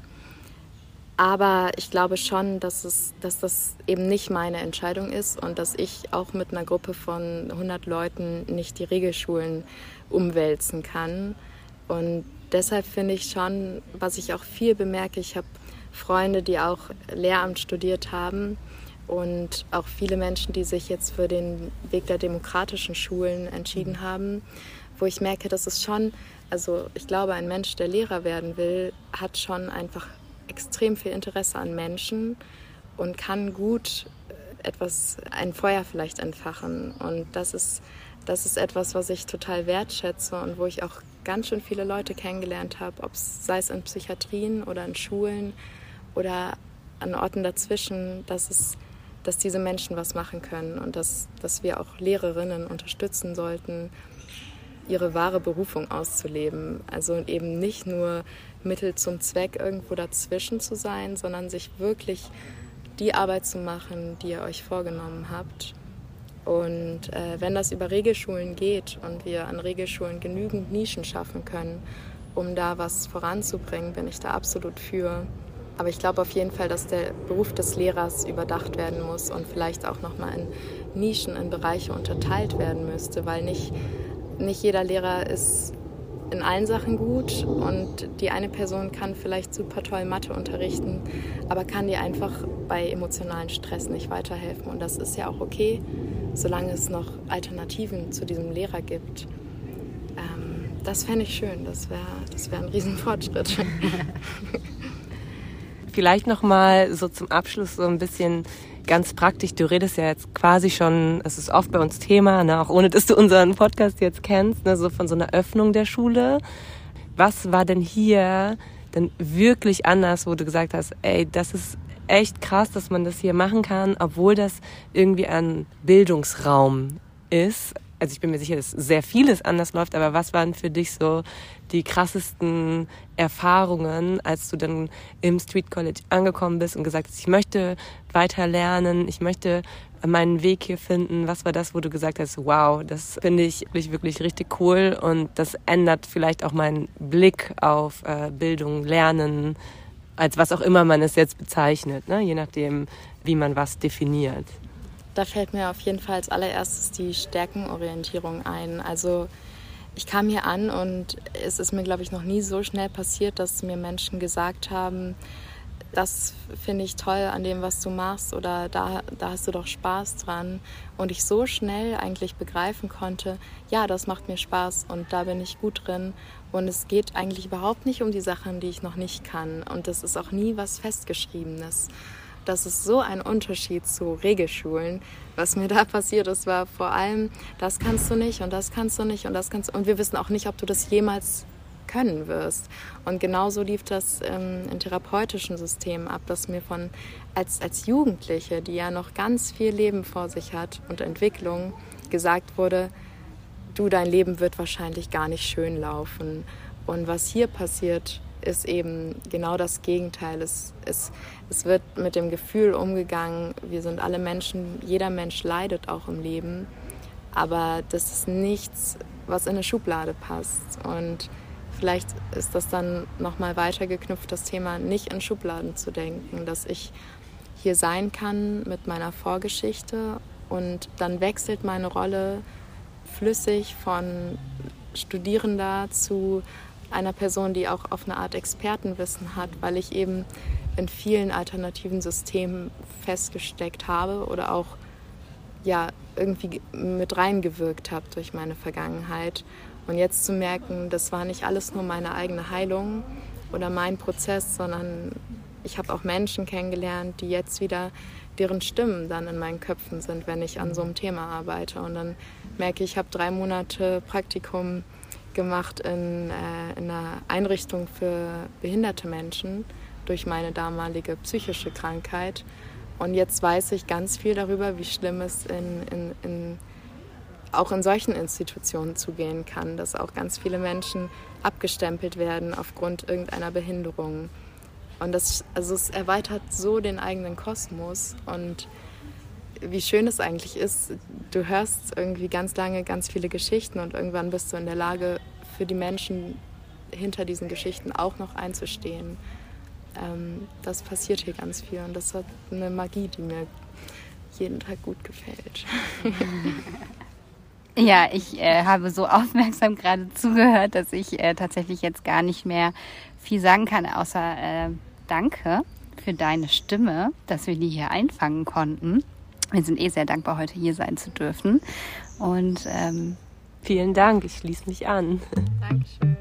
Aber ich glaube schon, dass das eben nicht meine Entscheidung ist und dass ich auch mit einer Gruppe von 100 Leuten nicht die Regelschulen umwälzen kann. Und deshalb finde ich schon, was ich auch viel bemerke, ich habe Freunde, die auch Lehramt studiert haben und auch viele Menschen, die sich jetzt für den Weg der demokratischen Schulen entschieden haben, wo ich merke, dass es schon, also ich glaube, ein Mensch, der Lehrer werden will, hat schon einfach extrem viel Interesse an Menschen und kann gut ein Feuer vielleicht entfachen. Und das ist etwas, was ich total wertschätze und wo ich auch ganz schön viele Leute kennengelernt habe, sei es in Psychiatrien oder in Schulen oder an Orten dazwischen, dass diese Menschen was machen können und dass wir auch Lehrerinnen unterstützen sollten, ihre wahre Berufung auszuleben. Also eben nicht nur Mittel zum Zweck irgendwo dazwischen zu sein, sondern sich wirklich die Arbeit zu machen, die ihr euch vorgenommen habt. Und wenn das über Regelschulen geht und wir an Regelschulen genügend Nischen schaffen können, um da was voranzubringen, bin ich da absolut für. Aber ich glaube auf jeden Fall, dass der Beruf des Lehrers überdacht werden muss und vielleicht auch nochmal in Nischen, in Bereiche unterteilt werden müsste, weil nicht jeder Lehrer ist in allen Sachen gut und die eine Person kann vielleicht super toll Mathe unterrichten, aber kann dir einfach bei emotionalen Stress nicht weiterhelfen. Und das ist ja auch okay, solange es noch Alternativen zu diesem Lehrer gibt. Das fände ich schön, das wär ein Riesenfortschritt. Vielleicht nochmal so zum Abschluss so ein bisschen ganz praktisch. Du redest ja jetzt quasi schon, es ist oft bei uns Thema, ne, auch ohne, dass du unseren Podcast jetzt kennst, ne, so von so einer Öffnung der Schule. Was war denn hier denn wirklich anders, wo du gesagt hast, ey, das ist echt krass, dass man das hier machen kann, obwohl das irgendwie ein Bildungsraum ist? also ich bin mir sicher, dass sehr vieles anders läuft, aber was waren für dich so die krassesten Erfahrungen, als du dann im Street College angekommen bist und gesagt hast, ich möchte weiter lernen, ich möchte meinen Weg hier finden? Was war das, wo du gesagt hast, wow, das finde ich wirklich richtig cool und das ändert vielleicht auch meinen Blick auf Bildung, Lernen, als was auch immer man es jetzt bezeichnet, ne? Je nachdem, wie man was definiert. Da fällt mir auf jeden Fall als allererstes die Stärkenorientierung ein. Also ich kam hier an und es ist mir, glaube ich, noch nie so schnell passiert, dass mir Menschen gesagt haben, das finde ich toll an dem, was du machst, oder da hast du doch Spaß dran. Und ich so schnell eigentlich begreifen konnte, ja, das macht mir Spaß und da bin ich gut drin. Und es geht eigentlich überhaupt nicht um die Sachen, die ich noch nicht kann. Und das ist auch nie was Festgeschriebenes. Das ist so ein Unterschied zu Regelschulen. Was mir da passiert ist, war vor allem, das kannst du nicht und das kannst du nicht und das kannst du. Und wir wissen auch nicht, ob du das jemals können wirst. Und genauso lief das im therapeutischen System ab, dass mir als Jugendliche, die ja noch ganz viel Leben vor sich hat und Entwicklung, gesagt wurde, du, dein Leben wird wahrscheinlich gar nicht schön laufen. Und was hier passiert, ist eben genau das Gegenteil. Es wird mit dem Gefühl umgegangen, wir sind alle Menschen, jeder Mensch leidet auch im Leben, aber das ist nichts, was in eine Schublade passt. Und vielleicht ist das dann nochmal weiter geknüpft, das Thema nicht in Schubladen zu denken, dass ich hier sein kann mit meiner Vorgeschichte und dann wechselt meine Rolle flüssig von Studierender zu einer Person, die auch auf eine Art Expertenwissen hat, weil ich eben in vielen alternativen Systemen festgesteckt habe oder auch ja, irgendwie mit reingewirkt habe durch meine Vergangenheit. Und jetzt zu merken, das war nicht alles nur meine eigene Heilung oder mein Prozess, sondern ich habe auch Menschen kennengelernt, die jetzt wieder, deren Stimmen dann in meinen Köpfen sind, wenn ich an so einem Thema arbeite. Und dann merke ich, ich habe 3 Monate Praktikum gemacht in einer Einrichtung für behinderte Menschen durch meine damalige psychische Krankheit. Und jetzt weiß ich ganz viel darüber, wie schlimm es auch in solchen Institutionen zugehen kann, dass auch ganz viele Menschen abgestempelt werden aufgrund irgendeiner Behinderung. Und es erweitert so den eigenen Kosmos. Und wie schön es eigentlich ist, du hörst irgendwie ganz lange ganz viele Geschichten und irgendwann bist du in der Lage, für die Menschen hinter diesen Geschichten auch noch einzustehen. Das passiert hier ganz viel und das hat eine Magie, die mir jeden Tag gut gefällt. Ja, ich habe so aufmerksam gerade zugehört, dass ich tatsächlich jetzt gar nicht mehr viel sagen kann, außer danke für deine Stimme, dass wir die hier einfangen konnten. Wir sind sehr dankbar, heute hier sein zu dürfen. Und vielen Dank, ich schließe mich an. Dankeschön.